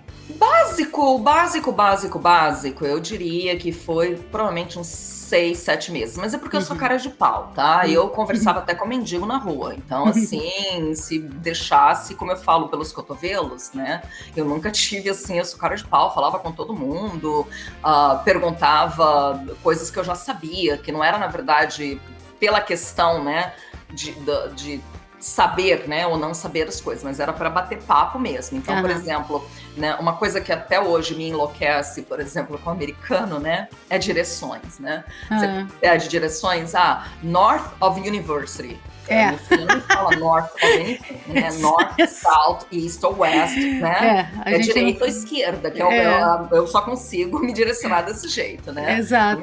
Básico, eu diria que foi provavelmente uns 6, 7 meses. Mas é porque eu sou cara de pau, tá? Eu conversava até com mendigo na rua. Então, assim, se deixasse, como eu falo, pelos cotovelos, né? Eu nunca tive, assim, eu sou cara de pau, falava com todo mundo, perguntava coisas que eu já sabia, que não era, na verdade, pela questão, né, de saber, né, ou não saber as coisas, mas era para bater papo mesmo. Então, por exemplo, né, uma coisa que até hoje me enlouquece, por exemplo, com o americano, né, é direções, né? Você pede direções, North of University. Você não fala North of anything, né? North, South, East ou West, né? É direita ou esquerda, que eu só consigo me direcionar desse jeito, né? Exato.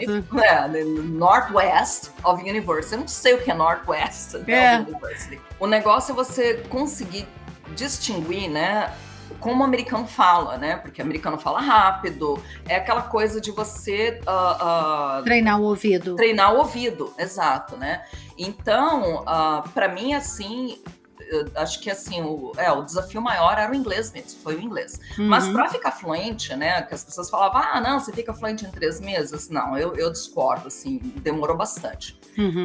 Northwest of University. Eu não sei o que é Northwest of University. O negócio é você conseguir distinguir, né, como o americano fala, né? Porque o americano fala rápido, é aquela coisa de você treinar o ouvido. Treinar o ouvido, exato, né? Então, para mim, assim, acho que assim, o desafio maior era o inglês mesmo, foi o inglês. Mas para ficar fluente, né? Que as pessoas falavam, não, você fica fluente em 3 meses. Não, eu discordo, assim, demorou bastante.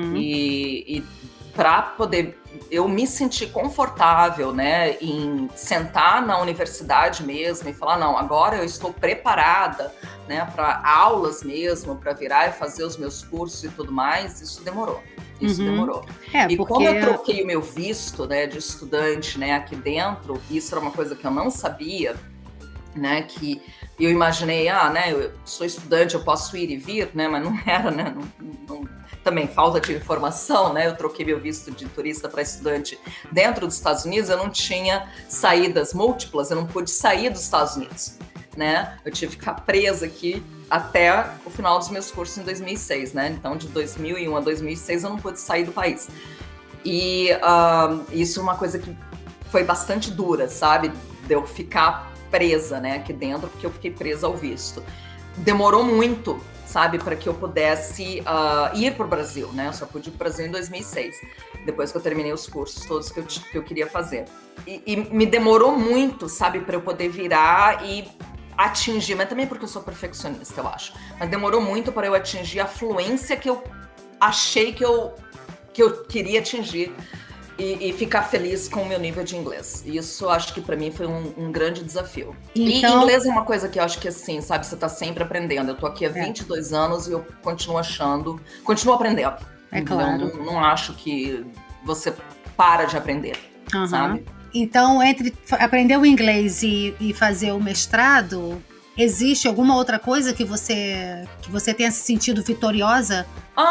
E para poder eu me sentir confortável, né, em sentar na universidade mesmo e falar, não, agora eu estou preparada, né, para aulas mesmo, para virar e fazer os meus cursos e tudo mais, isso demorou. Demorou. E porque... como eu troquei o meu visto, né, de estudante, né, aqui dentro, isso era uma coisa que eu não sabia, né, que eu imaginei, né, eu sou estudante, eu posso ir e vir, né, mas não era, né, também falta de informação, né? Eu troquei meu visto de turista para estudante dentro dos Estados Unidos, eu não tinha saídas múltiplas, eu não pude sair dos Estados Unidos, né? Eu tive que ficar presa aqui até o final dos meus cursos em 2006, né? Então, de 2001 a 2006, eu não pude sair do país. E isso é uma coisa que foi bastante dura, sabe? De eu ficar presa, né, aqui dentro, porque eu fiquei presa ao visto. Demorou muito, sabe, para que eu pudesse ir para o Brasil, né? Eu só pude ir para o Brasil em 2006, depois que eu terminei os cursos todos que eu queria fazer. E me demorou muito, sabe, para eu poder virar e atingir, mas também porque eu sou perfeccionista, eu acho. Mas demorou muito para eu atingir a fluência que eu achei que eu queria atingir. E ficar feliz com o meu nível de inglês. Isso, acho que pra mim foi um grande desafio. Então... E inglês é uma coisa que eu acho que, assim, sabe, você tá sempre aprendendo. Eu tô aqui há 22 anos e eu continuo aprendendo. É claro. Eu não acho que você para de aprender, sabe? Então, entre aprender o inglês e fazer o mestrado, existe alguma outra coisa que você tenha se sentido vitoriosa?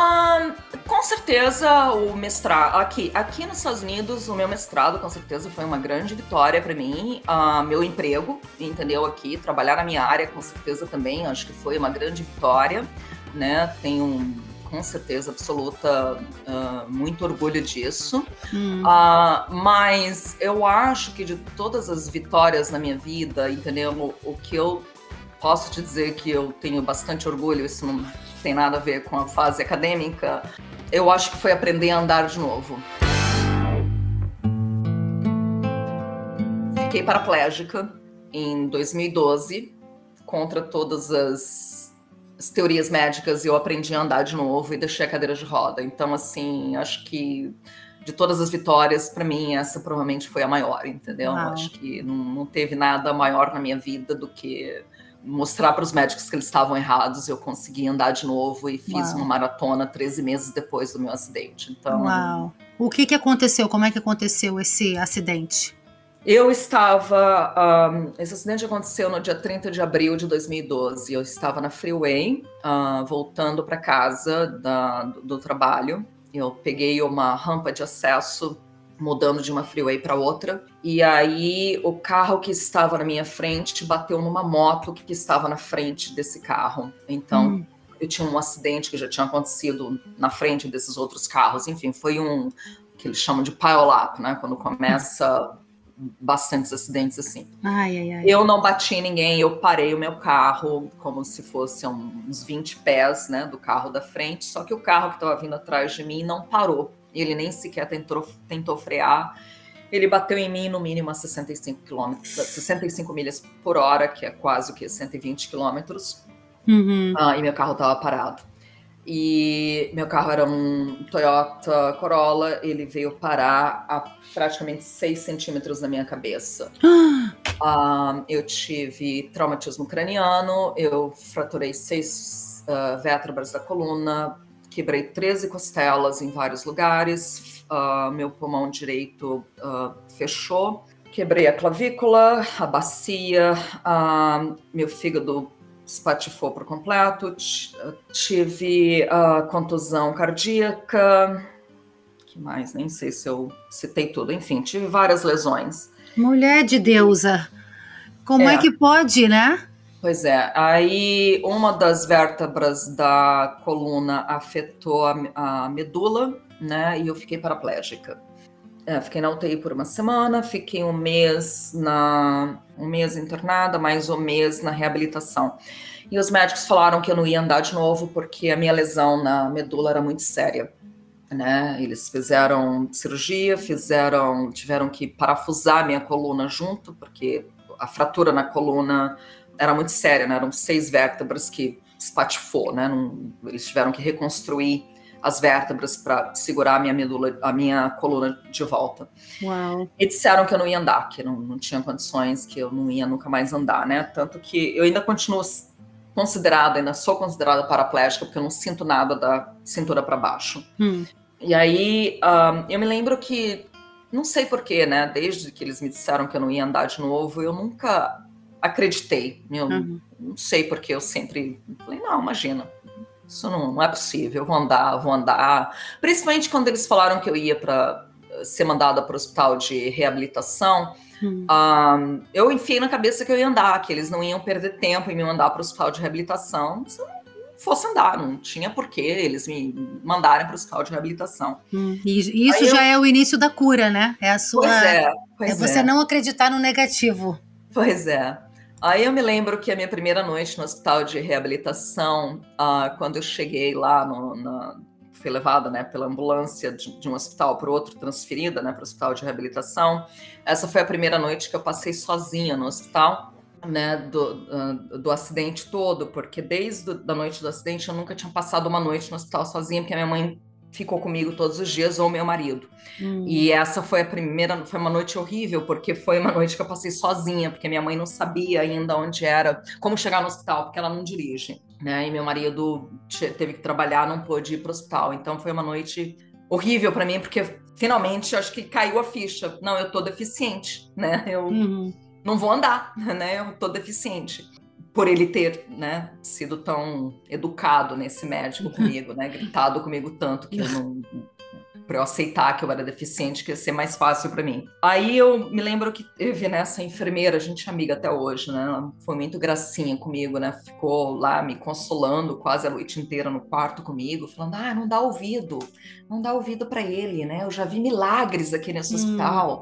Com certeza o mestrado aqui nos Estados Unidos, o meu mestrado com certeza foi uma grande vitória para mim. Meu emprego, entendeu, aqui, trabalhar na minha área com certeza também, acho que foi uma grande vitória, né? Tenho com certeza absoluta muito orgulho disso. Mas eu acho que de todas as vitórias na minha vida, entendeu, o que eu posso te dizer que eu tenho bastante orgulho, isso não tem nada a ver com a fase acadêmica, eu acho que foi aprender a andar de novo. Fiquei paraplégica em 2012, contra todas as teorias médicas, e eu aprendi a andar de novo e deixei a cadeira de roda. Então, assim, acho que de todas as vitórias, para mim, essa provavelmente foi a maior, entendeu? Acho que não teve nada maior na minha vida do que mostrar para os médicos que eles estavam errados. Eu consegui andar de novo e fiz uma maratona 13 meses depois do meu acidente. Então, O que aconteceu? Como é que aconteceu esse acidente? Eu estava... esse acidente aconteceu no dia 30 de abril de 2012. Eu estava na freeway, voltando para casa do trabalho. Eu peguei uma rampa de acesso, mudando de uma freeway para outra. E aí, o carro que estava na minha frente bateu numa moto que estava na frente desse carro. Então, eu tinha um acidente que já tinha acontecido na frente desses outros carros. Enfim, foi que eles chamam de pile-up, né? Quando começa... bastantes acidentes assim. Eu não bati em ninguém, eu parei o meu carro como se fosse uns 20 pés, né, do carro da frente, só que o carro que estava vindo atrás de mim não parou. Ele nem sequer tentou frear. Ele bateu em mim no mínimo a 65 milhas por hora, que é quase o que 120 quilômetros. E meu carro estava parado. E meu carro era um Toyota Corolla, ele veio parar a praticamente 6 centímetros na minha cabeça. Eu tive traumatismo craniano, eu fraturei 6 vértebras da coluna, quebrei 13 costelas em vários lugares, meu pulmão direito fechou, quebrei a clavícula, a bacia, meu fígado espatifou por completo, tive contusão cardíaca, que mais? Nem sei se eu citei tudo. Enfim, tive várias lesões. Mulher de deusa, como é que pode, né? Pois é, aí uma das vértebras da coluna afetou a medula, né, e eu fiquei paraplégica. Fiquei na UTI por uma semana, fiquei um mês internada, mais um mês na reabilitação. E os médicos falaram que eu não ia andar de novo porque a minha lesão na medula era muito séria, né? Eles fizeram cirurgia, tiveram que parafusar minha coluna junto, porque a fratura na coluna era muito séria, né? Eram 6 vértebras que espatifou, né? Eles tiveram que reconstruir as vértebras para segurar a minha coluna de volta. Uau. E disseram que eu não ia andar, que não tinha condições, que eu não ia nunca mais andar, né? Tanto que eu ainda continuo ainda sou considerada paraplégica, porque eu não sinto nada da cintura para baixo. E aí, eu me lembro que, não sei porquê, né? Desde que eles me disseram que eu não ia andar de novo, eu nunca acreditei. Eu não sei porque eu sempre falei, não, imagina. Isso não é possível, eu vou andar. Principalmente quando eles falaram que eu ia para ser mandada para o hospital de reabilitação, eu enfiei na cabeça que eu ia andar, que eles não iam perder tempo em me mandar para o hospital de reabilitação se eu não fosse andar, não tinha porquê eles me mandarem para o hospital de reabilitação. E isso já é o início da cura, né? É a sua. Pois é você não acreditar no negativo. Pois é. Aí eu me lembro que a minha primeira noite no hospital de reabilitação, quando eu cheguei lá, fui levada, né, pela ambulância de um hospital para o outro, transferida, né, para o hospital de reabilitação. Essa foi a primeira noite que eu passei sozinha no hospital, né, do acidente todo, porque desde a noite do acidente eu nunca tinha passado uma noite no hospital sozinha, porque a minha mãe ficou comigo todos os dias, ou meu marido. E essa foi foi uma noite horrível, porque foi uma noite que eu passei sozinha, porque minha mãe não sabia ainda onde era, como chegar no hospital, porque ela não dirige, né? E meu marido teve que trabalhar, não pôde ir para o hospital. Então foi uma noite horrível para mim, porque finalmente acho que caiu a ficha. Não, eu tô deficiente, né? Eu não vou andar, né? Eu tô deficiente. Por ele ter, né, sido tão educado nesse médico comigo, né, gritado comigo tanto que para eu aceitar que eu era deficiente, que ia ser mais fácil para mim. Aí eu me lembro que teve nessa enfermeira, a gente é amiga até hoje, né, ela foi muito gracinha comigo, né, ficou lá me consolando quase a noite inteira no quarto comigo, falando, não dá ouvido para ele, né, eu já vi milagres aqui nesse hospital,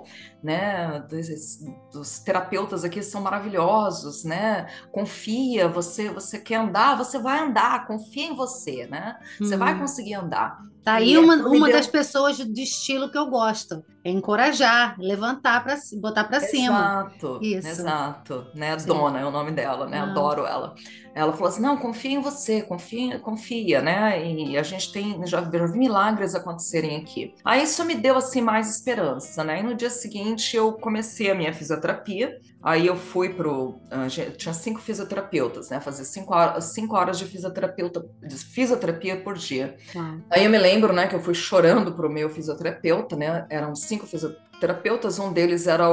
né? Dos terapeutas aqui são maravilhosos, né? Confia, você quer andar, você vai andar, confia em você, né? Você vai Hum. conseguir andar. Tá aí E aquilo me uma das deu. pessoas de estilo que eu gosto. É encorajar, levantar para botar para cima. Exato, Isso. exato, né? Sim. Dona é o nome dela, né? Ah, Adoro ela. Ela falou assim: não, confia em você, confia, confia, né? E a gente tem já vi milagres acontecerem aqui. Aí isso me deu assim mais esperança, né? E no dia seguinte eu comecei a minha fisioterapia. Aí eu fui tinha 5 fisioterapeutas, né? Fazer 5 horas de fisioterapia por dia. uau. Aí eu me lembro, né, que eu fui chorando pro meu fisioterapeuta, né? Eram 5 fisioterapeutas, um deles era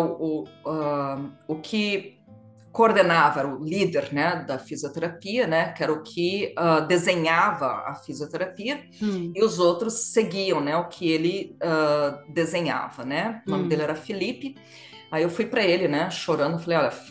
o que coordenava, era o líder, né, da fisioterapia, né, que era o que desenhava a fisioterapia, Hum, e os outros seguiam, né, o que ele desenhava, né? O nome dele hum, era Felipe. Aí eu fui para ele, né, chorando, falei, olha,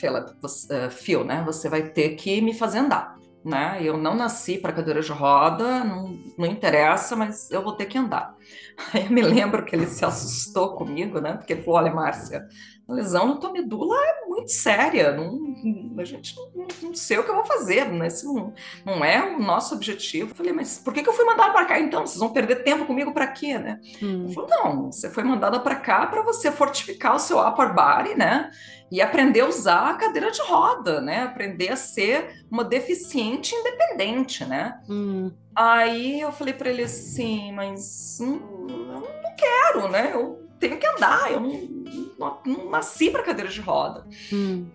Phil, né, você vai ter que me fazer andar, né? Eu não nasci para cadeira de roda, não interessa, mas eu vou ter que andar. Aí eu me lembro que ele se assustou comigo, né? Porque ele falou, olha, Márcia, a lesão na tua medula é muito séria, a gente não sei o que eu vou fazer, né? Esse não é o nosso objetivo. Eu falei, mas por que eu fui mandada para cá então? Vocês vão perder tempo comigo para quê, né? Ele hum. falou, não, você foi mandada para cá para você fortificar o seu upper body, né? E aprender a usar a cadeira de roda, né? Aprender a ser uma deficiente independente, né? Hum, Aí eu falei para ele assim, mas eu não quero, né? Eu tenho que andar, eu não nasci para cadeira de roda. hum,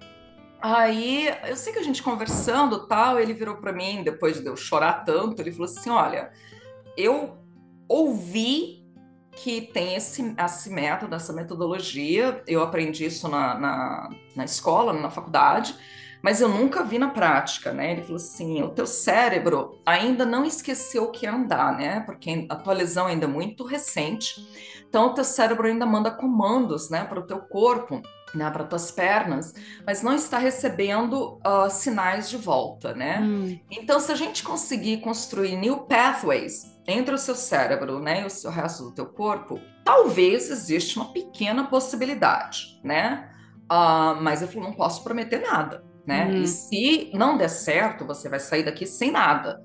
Aí eu sei que a gente conversando tal, ele virou para mim depois de eu chorar tanto, ele falou assim, olha, eu ouvi que tem esse método, essa metodologia. Eu aprendi isso na escola, na faculdade, mas eu nunca vi na prática, né? Ele falou assim: o teu cérebro ainda não esqueceu o que é andar, né? Porque a tua lesão ainda é muito recente, então o teu cérebro ainda manda comandos, né, para o teu corpo. Né, para tuas pernas, mas não está recebendo sinais de volta, né? hum. Então, se a gente conseguir construir new pathways entre o seu cérebro, né, e o resto do teu corpo, talvez exista uma pequena possibilidade, né? Mas eu não posso prometer nada, né? E Hum. se não der certo, você vai sair daqui sem nada.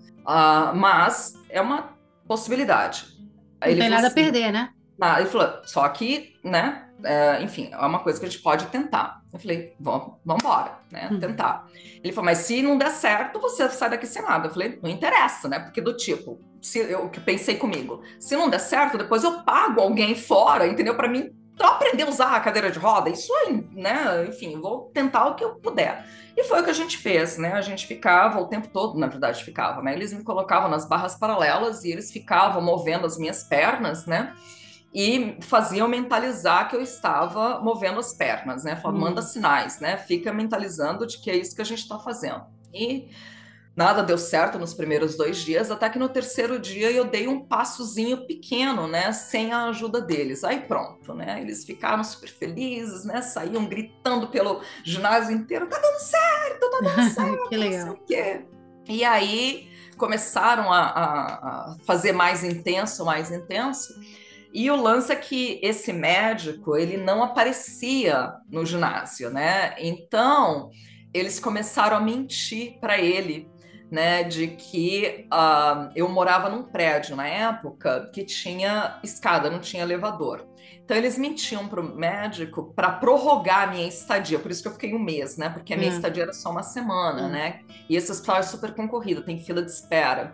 Mas é uma possibilidade. Aí Não ele tem falou nada a assim, perder, né? ele falou, só que, né? Enfim, é uma coisa que a gente pode tentar. Eu falei, vamos embora, né? Hum. Tentar. Ele falou, mas se não der certo, você sai daqui sem nada. Eu falei, não interessa, né? Porque do tipo, se eu que pensei comigo, se não der certo, depois eu pago alguém fora, entendeu? Para mim só aprender a usar a cadeira de roda. Isso aí, né? Enfim, vou tentar o que eu puder. E foi o que a gente fez, né? A gente ficava o tempo todo, na verdade, ficava, né? Eles me colocavam nas barras paralelas e eles ficavam movendo as minhas pernas, né? E faziam mentalizar que eu estava movendo as pernas, né? Falava, manda Hum. sinais, né? Fica mentalizando de que é isso que a gente está fazendo. E nada deu certo nos primeiros 2 dias, até que no terceiro dia eu dei um passozinho pequeno, né? Sem a ajuda deles. Aí pronto, né? Eles ficaram super felizes, né? Saíam gritando pelo ginásio inteiro: tá dando certo, tá dando Que certo, não sei legal. o quê. E aí começaram a fazer mais intenso, mais intenso. E o lance é que esse médico, ele não aparecia no ginásio, né? Então, eles começaram a mentir para ele, né? De que eu morava num prédio na época que tinha escada, não tinha elevador. Então, eles mentiam para o médico para prorrogar a minha estadia. Por isso que eu fiquei um mês, né? Porque a minha É, estadia era só uma semana, é. né? E esse hospital é super concorrido, tem fila de espera.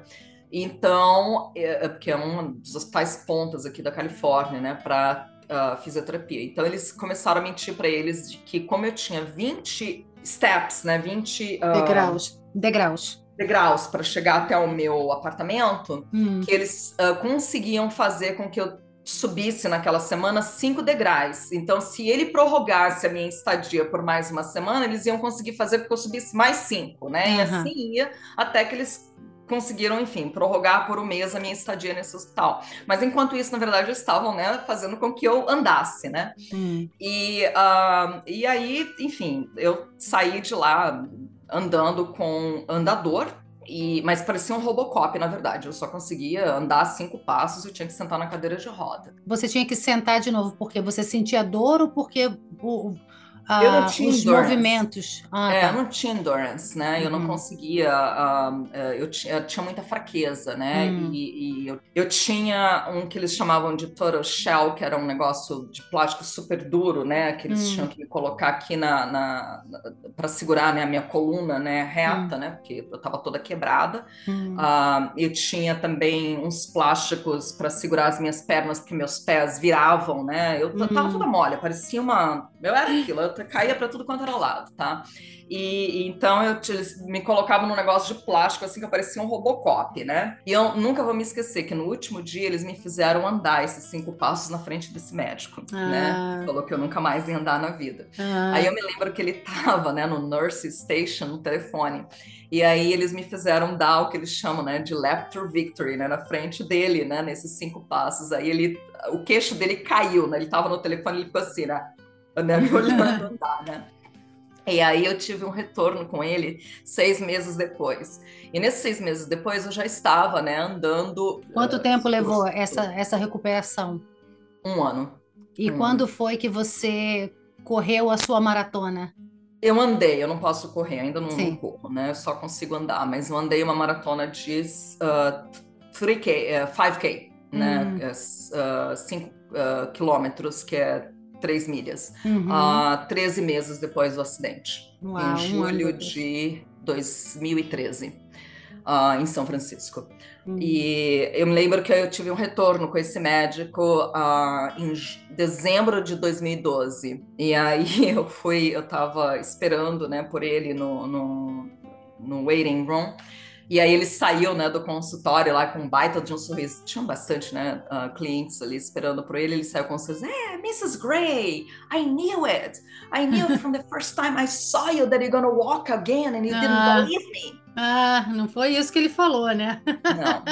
Então, porque é um dos hospitais pontas aqui da Califórnia, né, para fisioterapia. Então, eles começaram a mentir para eles de que, como eu tinha 20 steps, né, 20 Degraus. Degraus. degraus para chegar até o meu apartamento, Hum. que eles conseguiam fazer com que eu subisse naquela semana 5 degraus. Então, se ele prorrogasse a minha estadia por mais uma semana, eles iam conseguir fazer com que eu subisse mais 5, né? E assim Aham. ia até que eles conseguiram, enfim, prorrogar por um mês a minha estadia nesse hospital. Mas enquanto isso, na verdade, estavam, né, fazendo com que eu andasse, né? Hum. E aí, enfim, eu saí de lá andando com andador Mas parecia um Robocop, na verdade. Eu só conseguia andar 5 passos e eu tinha que sentar na cadeira de roda. Você tinha que sentar de novo porque você sentia dor ou porque Eu não tinha os endurance. movimentos. Ah, Eu tá. não tinha endurance, né? Eu não Uhum. conseguia. Eu tinha muita fraqueza, né? Hum, Eu tinha um que eles chamavam de Total Shell, que era um negócio de plástico super duro, né? Que eles tinham hum, que me colocar aqui para segurar, né, a minha coluna, né, reta, hum, né? Porque eu estava toda quebrada. hum, Eu tinha também uns plásticos para segurar as minhas pernas, porque meus pés viravam, né? Eu tava toda hum. mole, parecia uma. Eu era aquilo, eu caía para tudo quanto era lado, tá? Então eles me colocavam num negócio de plástico, assim, que parecia um Robocop, né? E eu nunca vou me esquecer que no último dia eles me fizeram andar esses 5 passos na frente desse médico, né? Que Ah, falou que eu nunca mais ia andar na vida. Aí eu ah, me lembro que ele tava, né, no nurse station, no telefone. E aí eles me fizeram dar o que eles chamam, né, de laughter victory, né, na frente dele, né, nesses 5 passos. O queixo dele caiu, né? Ele tava no telefone, ele ficou assim, né, me olhando andar, né? E aí eu tive um retorno com ele 6 meses depois. E nesses 6 meses depois eu já estava, né, andando Quanto tempo levou por essa recuperação? um ano. E Um quando ano. foi que você correu a sua maratona? Eu andei, eu não posso correr, ainda não Sim. corro, né? Eu só consigo andar, mas eu andei uma maratona de 3K, 5K, né? Hum, 5 quilômetros, que é 3 milhas. uhum. 13 meses depois do acidente, em Uau, um ano julho depois. de 2013, em São Francisco. Hum, E eu me lembro que eu tive um retorno com esse médico em dezembro de 2012. E aí eu estava esperando, né, por ele no waiting room. E aí ele saiu, né, do consultório lá com um baita de um sorriso. Tinham bastante, né, clientes ali esperando por ele. Ele saiu com um sorriso. Mrs. Gray, I knew it. I knew from the first time I saw you that you're gonna walk again and you didn't ah, believe me. não foi isso que ele falou, né? Não.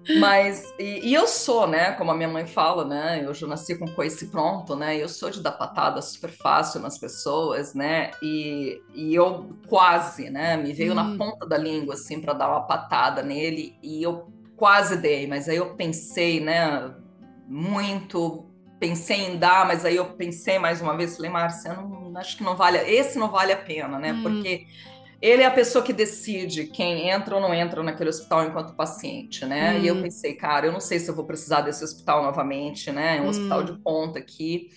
E eu sou, né, como a minha mãe fala, né, eu já nasci com coice pronto, né, eu sou de dar patada super fácil nas pessoas, né, e eu quase, né, me veio na Hum, ponta da língua, assim, para dar uma patada nele, e eu quase dei, mas aí eu pensei, né, muito, pensei em dar, mas aí eu pensei mais uma vez, falei, Márcia, acho que não vale, esse não vale a pena, né, hum, porque ele é a pessoa que decide quem entra ou não entra naquele hospital enquanto paciente, né? E eu hum, pensei, cara, eu não sei se eu vou precisar desse hospital novamente, né? É um hospital de hum, ponta aqui.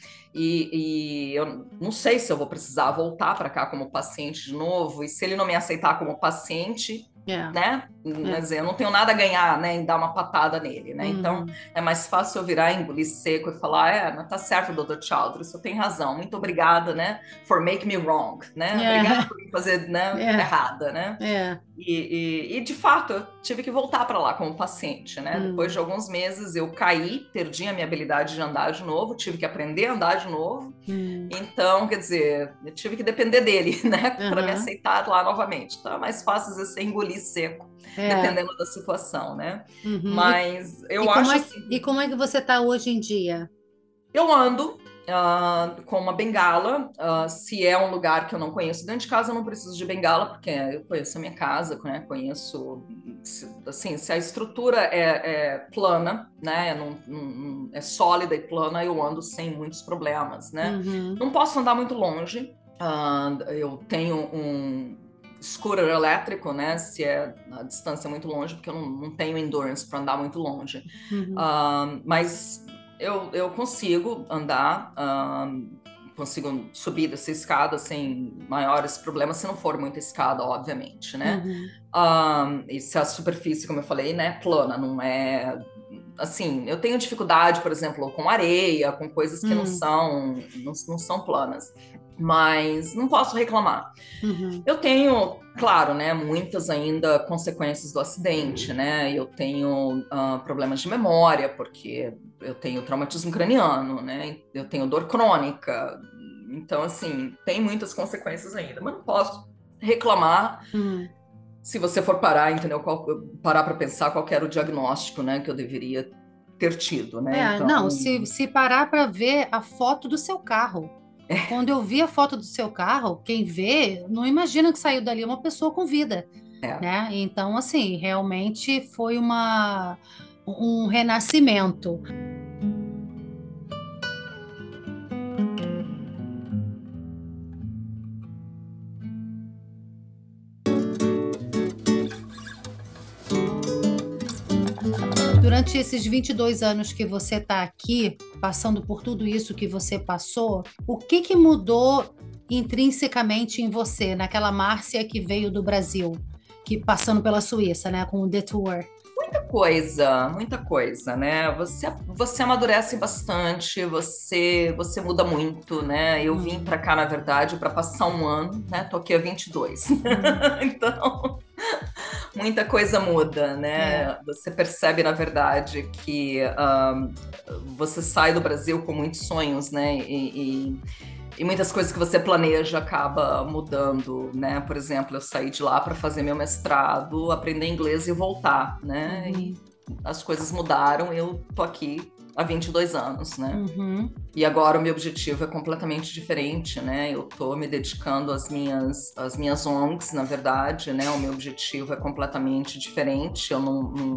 E eu não sei se eu vou precisar voltar para cá como paciente de novo. E se ele não me aceitar como paciente, é, né? Quer é, dizer, eu não tenho nada a ganhar, né, em dar uma patada nele, né? Então uhum, é mais fácil eu virar, engolir seco e falar, não tá certo, Dr. Childress, você tem razão, muito obrigada, né, for make me wrong, né? Obrigada é, por me fazer, né, é, errada, né? é, E de fato, eu tive que voltar para lá como paciente, né? Depois de hum, alguns meses eu caí, perdi a minha habilidade de andar de novo, tive que aprender a andar de novo. hum, Então, quer dizer, eu tive que depender dele, né, para me aham, aceitar lá novamente. Então, é mais fácil às vezes, você engolir seco, é, dependendo da situação, né? uhum. Mas eu acho E assim, como é que você está hoje em dia? eu ando com uma bengala. Se é um lugar que eu não conheço dentro de casa, eu não preciso de bengala, porque eu conheço a minha casa, né? Conheço, assim, se a estrutura é plana, né? É sólida e plana, eu ando sem muitos problemas, né? Uhum, Não posso andar muito longe. Eu tenho um scooter elétrico, né? Se é a distância muito longe, porque eu não tenho endurance para andar muito longe. uhum, Mas eu consigo andar, consigo subir dessa escada sem maiores problemas, se não for muita escada, obviamente, né? uhum, E se a superfície, como eu falei, né, plana, não é. Assim, eu tenho dificuldade, por exemplo, com areia, com coisas que uhum, não são planas, mas não posso reclamar. uhum, Eu tenho, claro, né, muitas ainda consequências do acidente, né? Eu tenho problemas de memória, porque eu tenho traumatismo craniano, né? Eu tenho dor crônica. Então, assim, tem muitas consequências ainda, mas não posso reclamar uhum. se você for parar, entendeu? Parar para pensar qual que era o diagnóstico, né, que eu deveria ter tido, né? Então, Não, se parar para ver a foto do seu carro. Quando eu vi a foto do seu carro, quem vê não imagina que saiu dali uma pessoa com vida. É. né? Então, assim, realmente foi um renascimento. Durante esses 22 anos que você está aqui, passando por tudo isso que você passou, o que mudou intrinsecamente em você, naquela Márcia que veio do Brasil, que passando pela Suíça, né, com o Detour? Muita coisa, né? Você amadurece bastante, você muda muito, né? Eu vim para cá, na verdade, para passar um ano, né? Tô aqui há 22. Então, muita coisa muda, né? Você percebe, na verdade, que você sai do Brasil com muitos sonhos, né? E muitas coisas que você planeja acaba mudando, né? Por exemplo, eu saí de lá para fazer meu mestrado, aprender inglês e voltar, né? E as coisas mudaram, eu tô aqui há 22 anos, né? E agora o meu objetivo é completamente diferente, né? Eu tô me dedicando às minhas ONGs, na verdade, né? O meu objetivo é completamente diferente, eu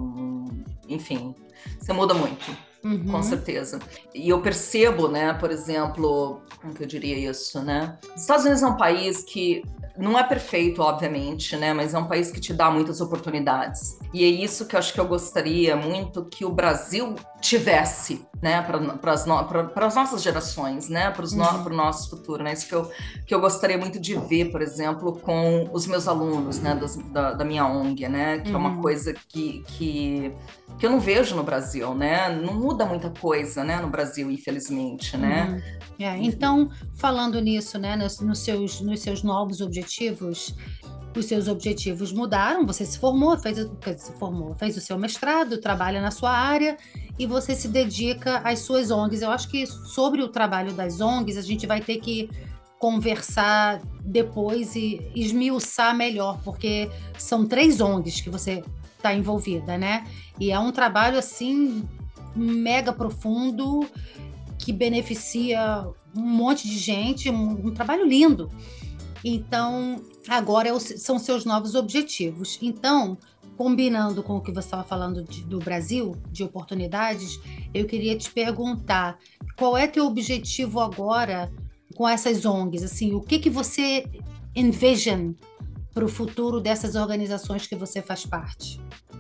enfim, você muda muito. Com certeza. E eu percebo, né, por exemplo, como que eu diria isso, né? Os Estados Unidos é um país que não é perfeito, obviamente, né? Mas é um país que te dá muitas oportunidades. E é isso que eu acho que eu gostaria muito que o Brasil tivesse, né? Para as nossas gerações, né? Para o nosso futuro, né? Isso que eu gostaria muito de ver, por exemplo, com os meus alunos, né? Da minha ONG, né? Que é uma coisa que eu não vejo no Brasil, né? Não muda muita coisa, né? No Brasil, infelizmente, né? Então, falando nisso, né? Nos seus novos objetivos, os seus objetivos mudaram, você se formou, fez o seu mestrado, trabalha na sua área e você se dedica às suas ONGs. Eu acho que sobre o trabalho das ONGs, a gente vai ter que conversar depois e esmiuçar melhor, porque são 3 ONGs que você está envolvida, né? E é um trabalho, assim, mega profundo, que beneficia um monte de gente, um trabalho lindo. Então, agora são seus novos objetivos. Então, combinando com o que você estava falando do Brasil, de oportunidades, eu queria te perguntar, qual é teu objetivo agora com essas ONGs? Assim, o que você envision para o futuro dessas organizações que você faz parte?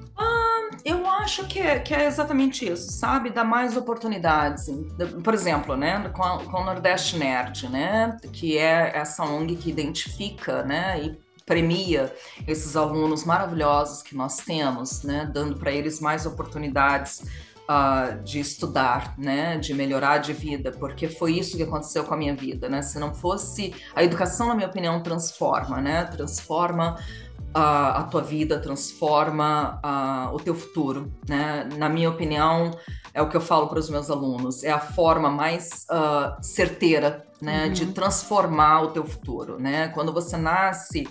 Eu acho que é exatamente isso, sabe? Dar mais oportunidades. Por exemplo, né? Com o Nordeste Nerd, né? Que é essa ONG que identifica, né? E premia esses alunos maravilhosos que nós temos, né? Dando para eles mais oportunidades de estudar, né? De melhorar de vida, porque foi isso que aconteceu com a minha vida, né? Se não fosse... A educação, na minha opinião, transforma, né? Transforma a tua vida, transforma o teu futuro, né? Na minha opinião, é o que eu falo para os meus alunos, é a forma mais certeira, né, de transformar o teu futuro, né? Quando você nasce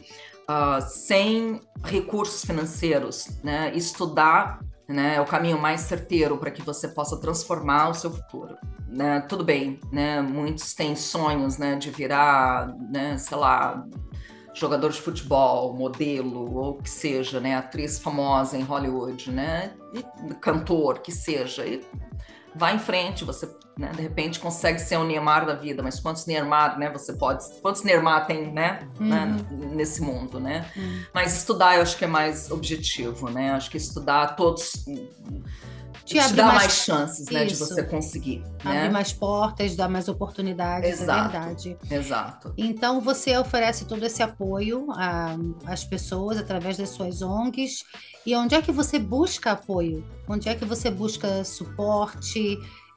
sem recursos financeiros, né, estudar, né, é o caminho mais certeiro para que você possa transformar o seu futuro. Né? Tudo bem, né? Muitos têm sonhos, né, de virar, né, sei lá, jogador de futebol, modelo, ou que seja, né, atriz famosa em Hollywood, né, e cantor, que seja, e vai em frente, você, né, de repente consegue ser um Neymar da vida, mas quantos Neymar, né, quantos Neymar tem, né, nesse mundo, né, mas estudar eu acho que é mais objetivo, né, acho que estudar todos... te dá mais chances, né, de você conseguir. Abrir, né, mais portas, dar mais oportunidades, exato, é verdade. Exato. Então, você oferece todo esse apoio às pessoas através das suas ONGs. E onde é que você busca apoio? Onde é que você busca suporte,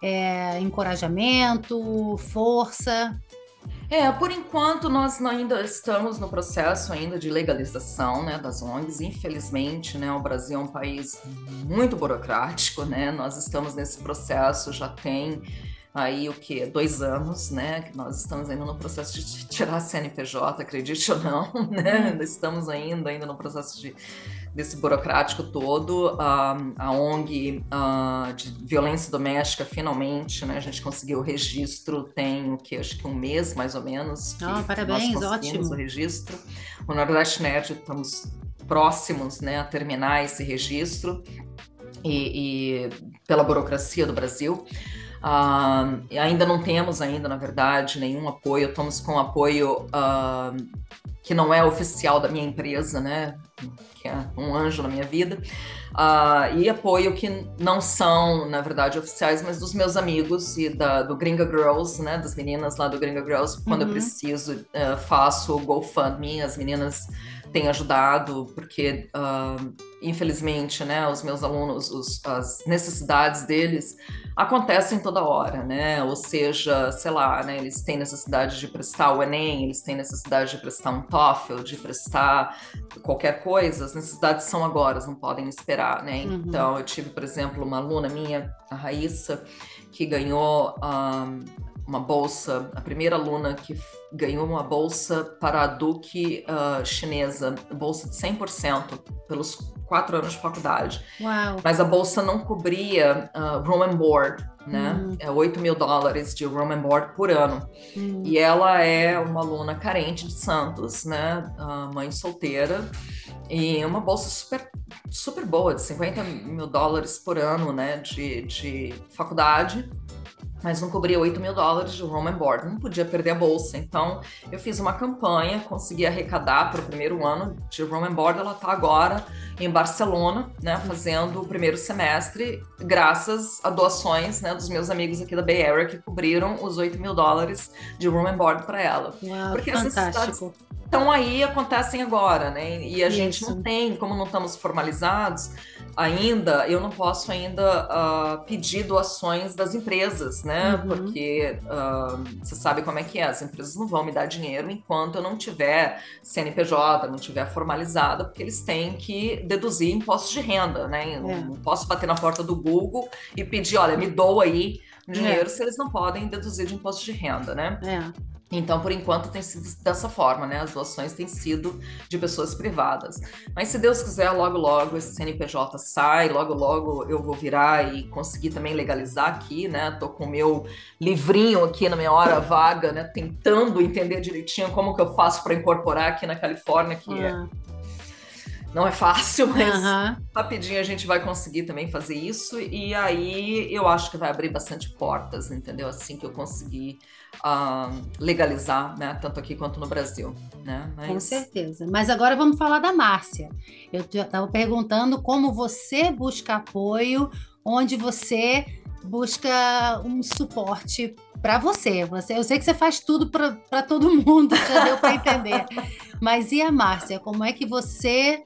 encorajamento, força? Por enquanto nós ainda estamos no processo ainda de legalização, né, das ONGs. Infelizmente, né, o Brasil é um país muito burocrático, né? Nós estamos nesse processo já tem aí 2 anos, né? Que nós estamos ainda no processo de tirar a CNPJ, acredite ou não, né? Estamos ainda no processo desse burocrático todo. A ONG de violência doméstica, finalmente, né, a gente conseguiu o registro, tem acho que 1 mês, mais ou menos. Parabéns, nós conseguimos ótimo. o registro. O Nordeste Nerd, estamos próximos, né, a terminar esse registro e pela burocracia do Brasil. Ainda não temos, na verdade, nenhum apoio. Estamos com apoio que não é oficial da minha empresa, né? Que é um anjo na minha vida. E apoio que não são, na verdade, oficiais, mas dos meus amigos e do Gringa Girls, né? Das meninas lá do Gringa Girls. Quando eu preciso, faço o GoFundMe. As meninas têm ajudado, porque, infelizmente, né? Os meus alunos, as necessidades deles acontecem toda hora, né? Ou seja, sei lá, né? Eles têm necessidade de prestar o Enem, eles têm necessidade de prestar um TOEFL, de prestar qualquer coisa. As necessidades são agora, não podem esperar, né? Então, eu tive, por exemplo, uma aluna minha, a Raíssa, que ganhou uma bolsa, a primeira aluna que ganhou uma bolsa para a Duke chinesa, bolsa de 100% pelos 4 anos de faculdade. Uau. Mas a bolsa não cobria room and board, né? É $8 mil de room and board por ano. E ela é uma aluna carente de Santos, né? Mãe solteira, e uma bolsa super, super boa, de $50 mil por ano, né? De faculdade. Mas não cobria $8 mil de room and board, não podia perder a bolsa. Então, eu fiz uma campanha, consegui arrecadar para o primeiro ano de room and board. Ela está agora em Barcelona, né, fazendo o primeiro semestre, graças a doações, né, dos meus amigos aqui da Bay Area, que cobriram os $8 mil de room and board para ela. Uau, porque fantástico. as necessidades estão aí, acontecem agora, né? E a gente não tem, como não estamos formalizados ainda, eu não posso ainda pedir doações das empresas, né? Porque você sabe como é que é, as empresas não vão me dar dinheiro enquanto eu não tiver CNPJ, não tiver formalizada, porque eles têm que deduzir impostos de renda, né? Eu não posso bater na porta do Google e pedir, olha, me doa aí dinheiro se eles não podem deduzir de imposto de renda, né? Então, por enquanto, tem sido dessa forma, né? As doações têm sido de pessoas privadas. Mas, se Deus quiser, logo, logo esse CNPJ sai, logo, logo eu vou virar e conseguir também legalizar aqui, né? Tô com o meu livrinho aqui na minha hora vaga, né? Tentando entender direitinho como que eu faço para incorporar aqui na Califórnia, que não é fácil, mas rapidinho a gente vai conseguir também fazer isso. E aí eu acho que vai abrir bastante portas, entendeu? Assim que eu conseguir legalizar, né? Tanto aqui quanto no Brasil, né? Com certeza. Mas agora vamos falar da Márcia. Eu já estava perguntando como você busca apoio, onde você busca um suporte para você. Eu sei que você faz tudo para todo mundo, já deu para entender. Mas e a Márcia? Como é que você...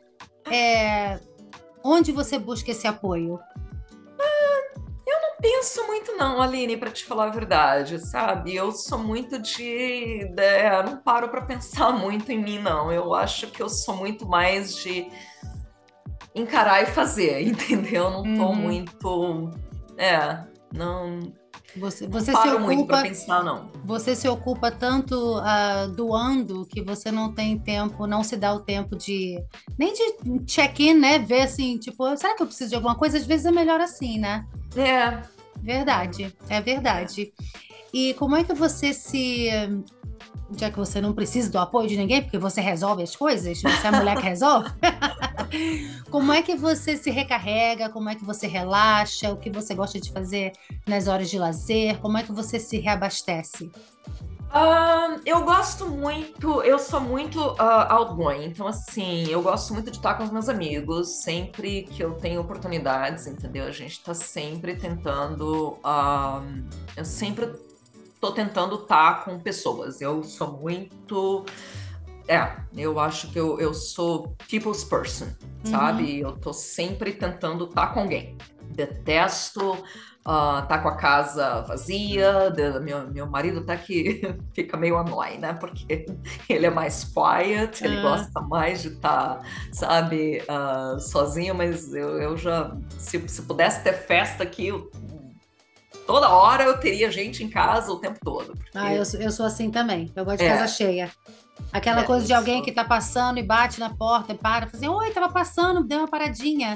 onde você busca esse apoio? Eu não penso muito não, Aline, para te falar a verdade, sabe? Eu sou muito não paro para pensar muito em mim, não. Eu acho que eu sou muito mais de encarar e fazer, entendeu? Não tô muito... não... Você não se paro ocupa, muito para pensar, não. Você se ocupa tanto doando que você não tem tempo, não se dá o tempo nem de check-in, né? Ver assim, tipo, será que eu preciso de alguma coisa? Às vezes é melhor assim, né? Verdade, é verdade. E como é que você já que você não precisa do apoio de ninguém, porque você resolve as coisas, você é a mulher que resolve, como é que você se recarrega, como é que você relaxa, o que você gosta de fazer nas horas de lazer, como é que você se reabastece? Eu gosto muito, eu sou muito outgoing, então assim, eu gosto muito de estar com os meus amigos, sempre que eu tenho oportunidades, entendeu? A gente tá sempre tentando, eu sempre tô tentando estar com pessoas, eu sou muito... eu acho que eu sou people's person, sabe? Eu tô sempre tentando estar com alguém. Detesto tá com a casa vazia, meu marido até que fica meio annoyed, né? Porque ele é mais quiet, ele gosta mais de estar, sabe, sozinho, mas eu já, se pudesse ter festa aqui, toda hora eu teria gente em casa o tempo todo. Porque... eu sou assim também, eu gosto de casa cheia. Aquela coisa de alguém que tá passando e bate na porta e para, fala assim, oi, tava passando, deu uma paradinha.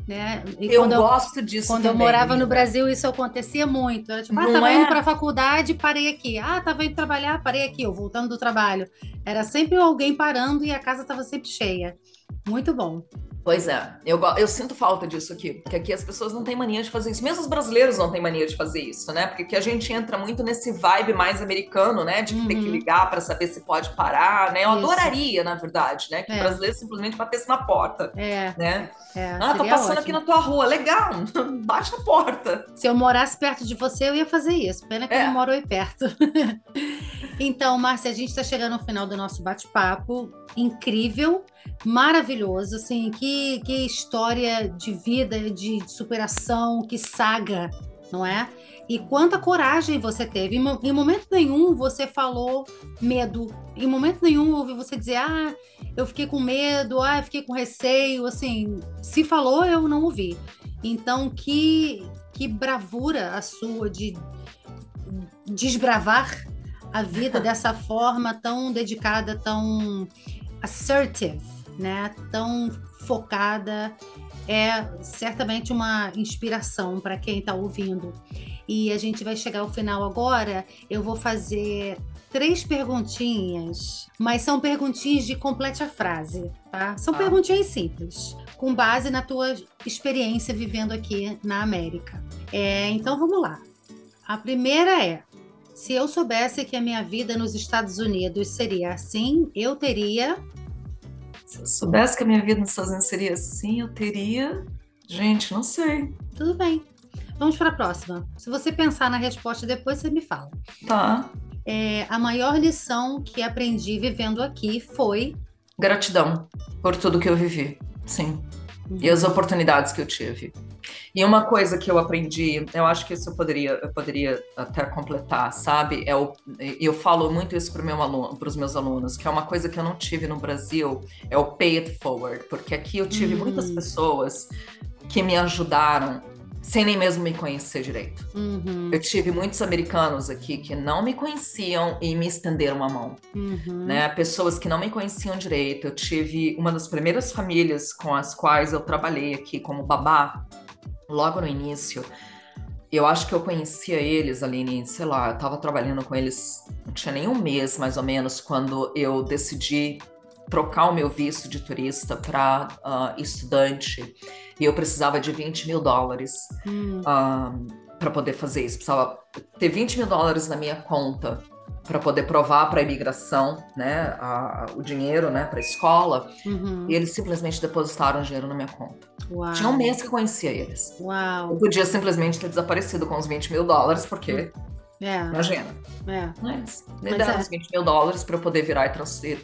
né? E eu gosto disso quando também, eu morava menina. no Brasil, isso acontecia muito. Era tipo, Não tava é? indo para a faculdade, parei aqui. Tava indo trabalhar, parei aqui, eu voltando do trabalho. Era sempre alguém parando e a casa estava sempre cheia. Muito bom. Pois é, eu sinto falta disso aqui, porque aqui as pessoas não têm mania de fazer isso, mesmo os brasileiros não têm mania de fazer isso, né? Porque aqui a gente entra muito nesse vibe mais americano, né? De ter que ligar para saber se pode parar, né? Eu adoraria, na verdade, né? Que o brasileiro simplesmente batesse na porta, né? Tô passando aqui na tua rua, legal, bate na porta. Se eu morasse perto de você, eu ia fazer isso, pena que eu não moro aí perto. Então, Márcia, a gente está chegando ao final do nosso bate-papo, incrível, maravilhoso, assim, que história de vida, de superação, que saga, não é? E quanta coragem você teve. Em momento nenhum você falou medo, em momento nenhum ouvi você dizer, eu fiquei com medo, eu fiquei com receio, assim, se falou, eu não ouvi. Então, que bravura a sua de desbravar a vida dessa forma tão dedicada, tão assertive, né? Tão focada. É certamente uma inspiração para quem está ouvindo. E a gente vai chegar ao final agora. Eu vou fazer 3 perguntinhas, mas são perguntinhas de complete a frase, tá? São perguntinhas simples, com base na tua experiência vivendo aqui na América. Então vamos lá. A primeira é: se eu soubesse que a minha vida nos Estados Unidos seria assim, eu teria... Se eu soubesse que a minha vida nos Estados Unidos seria assim, eu teria... Gente, não sei. Tudo bem. Vamos para a próxima. Se você pensar na resposta depois, você me fala. Tá. A maior lição que aprendi vivendo aqui foi... Gratidão por tudo que eu vivi, sim. E as oportunidades que eu tive. E uma coisa que eu aprendi, eu acho que isso eu poderia até completar, sabe? Eu falo muito isso para os meus alunos, que é uma coisa que eu não tive no Brasil, é o pay it forward, porque aqui eu tive muitas pessoas que me ajudaram sem nem mesmo me conhecer direito. Eu tive muitos americanos aqui que não me conheciam e me estenderam a mão, né? Pessoas que não me conheciam direito. Eu tive uma das primeiras famílias com as quais eu trabalhei aqui como babá, logo no início. Eu acho que eu conhecia eles, Aline, sei lá, eu estava trabalhando com eles, não tinha nem um mês, mais ou menos, quando eu decidi trocar o meu visto de turista para estudante, e eu precisava de $20 mil para poder fazer isso. Precisava ter $20 mil na minha conta para poder provar para a imigração, né, o dinheiro, né, para a escola, e eles simplesmente depositaram o dinheiro na minha conta. Uau. Tinha um mês que eu conhecia eles. Uau. Eu podia simplesmente ter desaparecido com os $20 mil, porque... Imagina. Mas me deram os $20 mil para eu poder virar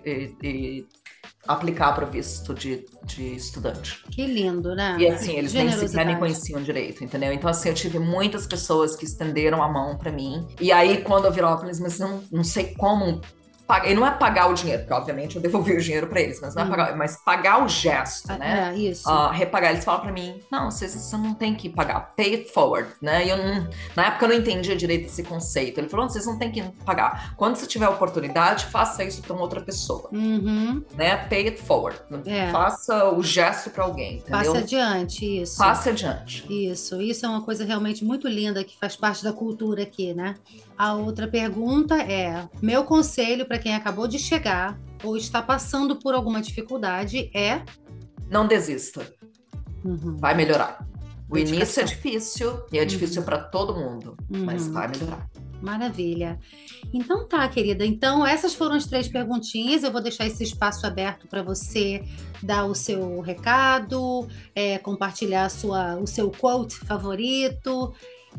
e aplicar para o visto de estudante. Que lindo, né? E assim, eles nem sequer me conheciam direito, entendeu? Então assim, eu tive muitas pessoas que estenderam a mão para mim. E aí, quando eu virava para eles, mas não sei como pagar. E não é pagar o dinheiro, porque obviamente eu devolvi o dinheiro para eles, mas não é pagar, mas pagar o gesto, né? Isso. Repagar. Eles falam para mim, não, você não tem que pagar, pay it forward, né? E na época eu não entendia direito esse conceito. Ele falou, vocês não tem que pagar. Quando você tiver oportunidade, faça isso para uma outra pessoa, né? Pay it forward. Faça o gesto para alguém, entendeu? Passe adiante, isso. Passe adiante. Isso é uma coisa realmente muito linda que faz parte da cultura aqui, né? A outra pergunta é: meu conselho para quem acabou de chegar ou está passando por alguma dificuldade é... Não desista. Vai melhorar. O início é difícil e é difícil para todo mundo, mas vai melhorar. Maravilha. Então tá, querida. Então essas foram as 3 perguntinhas. Eu vou deixar esse espaço aberto para você dar o seu recado, compartilhar o seu quote favorito,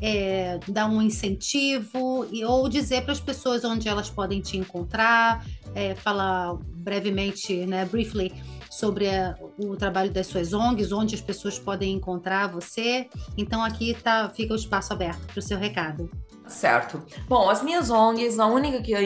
dar um incentivo ou dizer para as pessoas onde elas podem te encontrar, falar brevemente, né, briefly, sobre o trabalho das suas ONGs, onde as pessoas podem encontrar você. Então aqui fica o espaço aberto para o seu recado. Certo. Bom, as minhas ONGs, a única que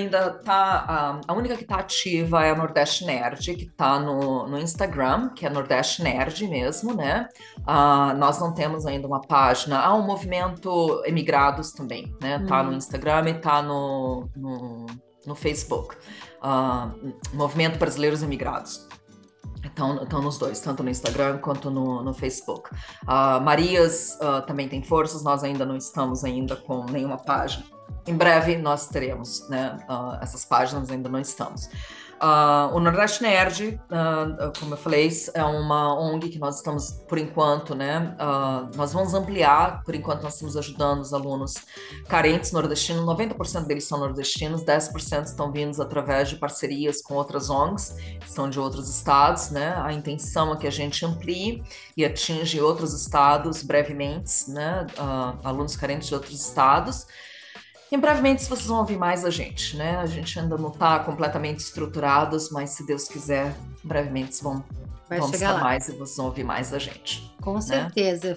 tá ativa é a Nordeste Nerd, que tá no Instagram, que é Nordeste Nerd mesmo, né? Nós não temos ainda uma página. O Movimento Emigrados também, né? Tá no Instagram e tá no Facebook. Movimento Brasileiros Emigrados. Estão nos dois, tanto no Instagram quanto no Facebook. Marias também tem forças, nós ainda não estamos ainda com nenhuma página. Em breve nós teremos, né, essas páginas, ainda não estamos. O Nordeste Nerd, como eu falei, é uma ONG que nós estamos, por enquanto, né, nós vamos ampliar, por enquanto nós estamos ajudando os alunos carentes nordestinos, 90% deles são nordestinos, 10% estão vindos através de parcerias com outras ONGs, que são de outros estados, né, a intenção é que a gente amplie e atinge outros estados brevemente, né, alunos carentes de outros estados. E brevemente vocês vão ouvir mais da gente, né? A gente ainda não está completamente estruturados, mas se Deus quiser, brevemente vamos estar mais e vocês vão ouvir mais da gente. Com certeza.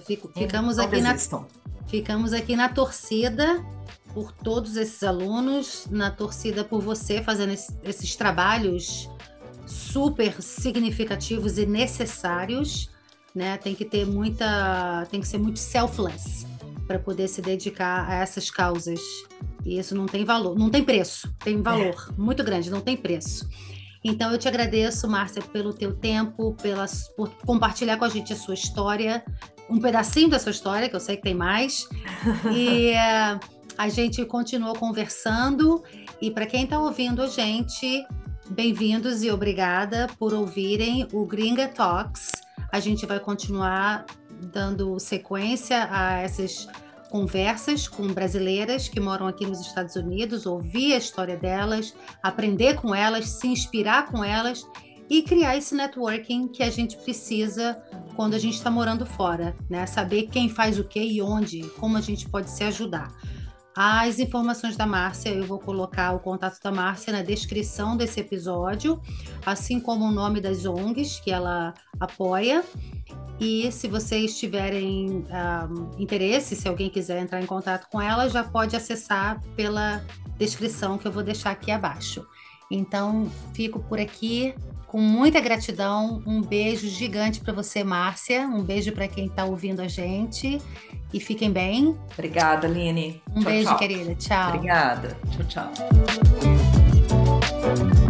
Ficamos aqui na torcida por todos esses alunos, na torcida por você fazendo esses trabalhos super significativos e necessários, né? Tem que ser muito selfless para poder se dedicar a essas causas. E isso não tem valor, não tem preço, tem valor muito grande, não tem preço. Então eu te agradeço, Márcia, pelo teu tempo, por compartilhar com a gente a sua história, um pedacinho da sua história, que eu sei que tem mais. E a gente continua conversando. E para quem está ouvindo a gente, bem-vindos e obrigada por ouvirem o Gringa Talks. A gente vai continuar dando sequência a essas conversas com brasileiras que moram aqui nos Estados Unidos, ouvir a história delas, aprender com elas, se inspirar com elas e criar esse networking que a gente precisa quando a gente está morando fora, né? Saber quem faz o quê e onde, como a gente pode se ajudar. As informações da Márcia, eu vou colocar o contato da Márcia na descrição desse episódio, assim como o nome das ONGs que ela apoia. E se vocês tiverem interesse, se alguém quiser entrar em contato com ela, já pode acessar pela descrição que eu vou deixar aqui abaixo. Então, fico por aqui com muita gratidão. Um beijo gigante para você, Márcia. Um beijo para quem está ouvindo a gente. E fiquem bem. Obrigada, Aline. Beijo, querida. Tchau. Obrigada. Tchau.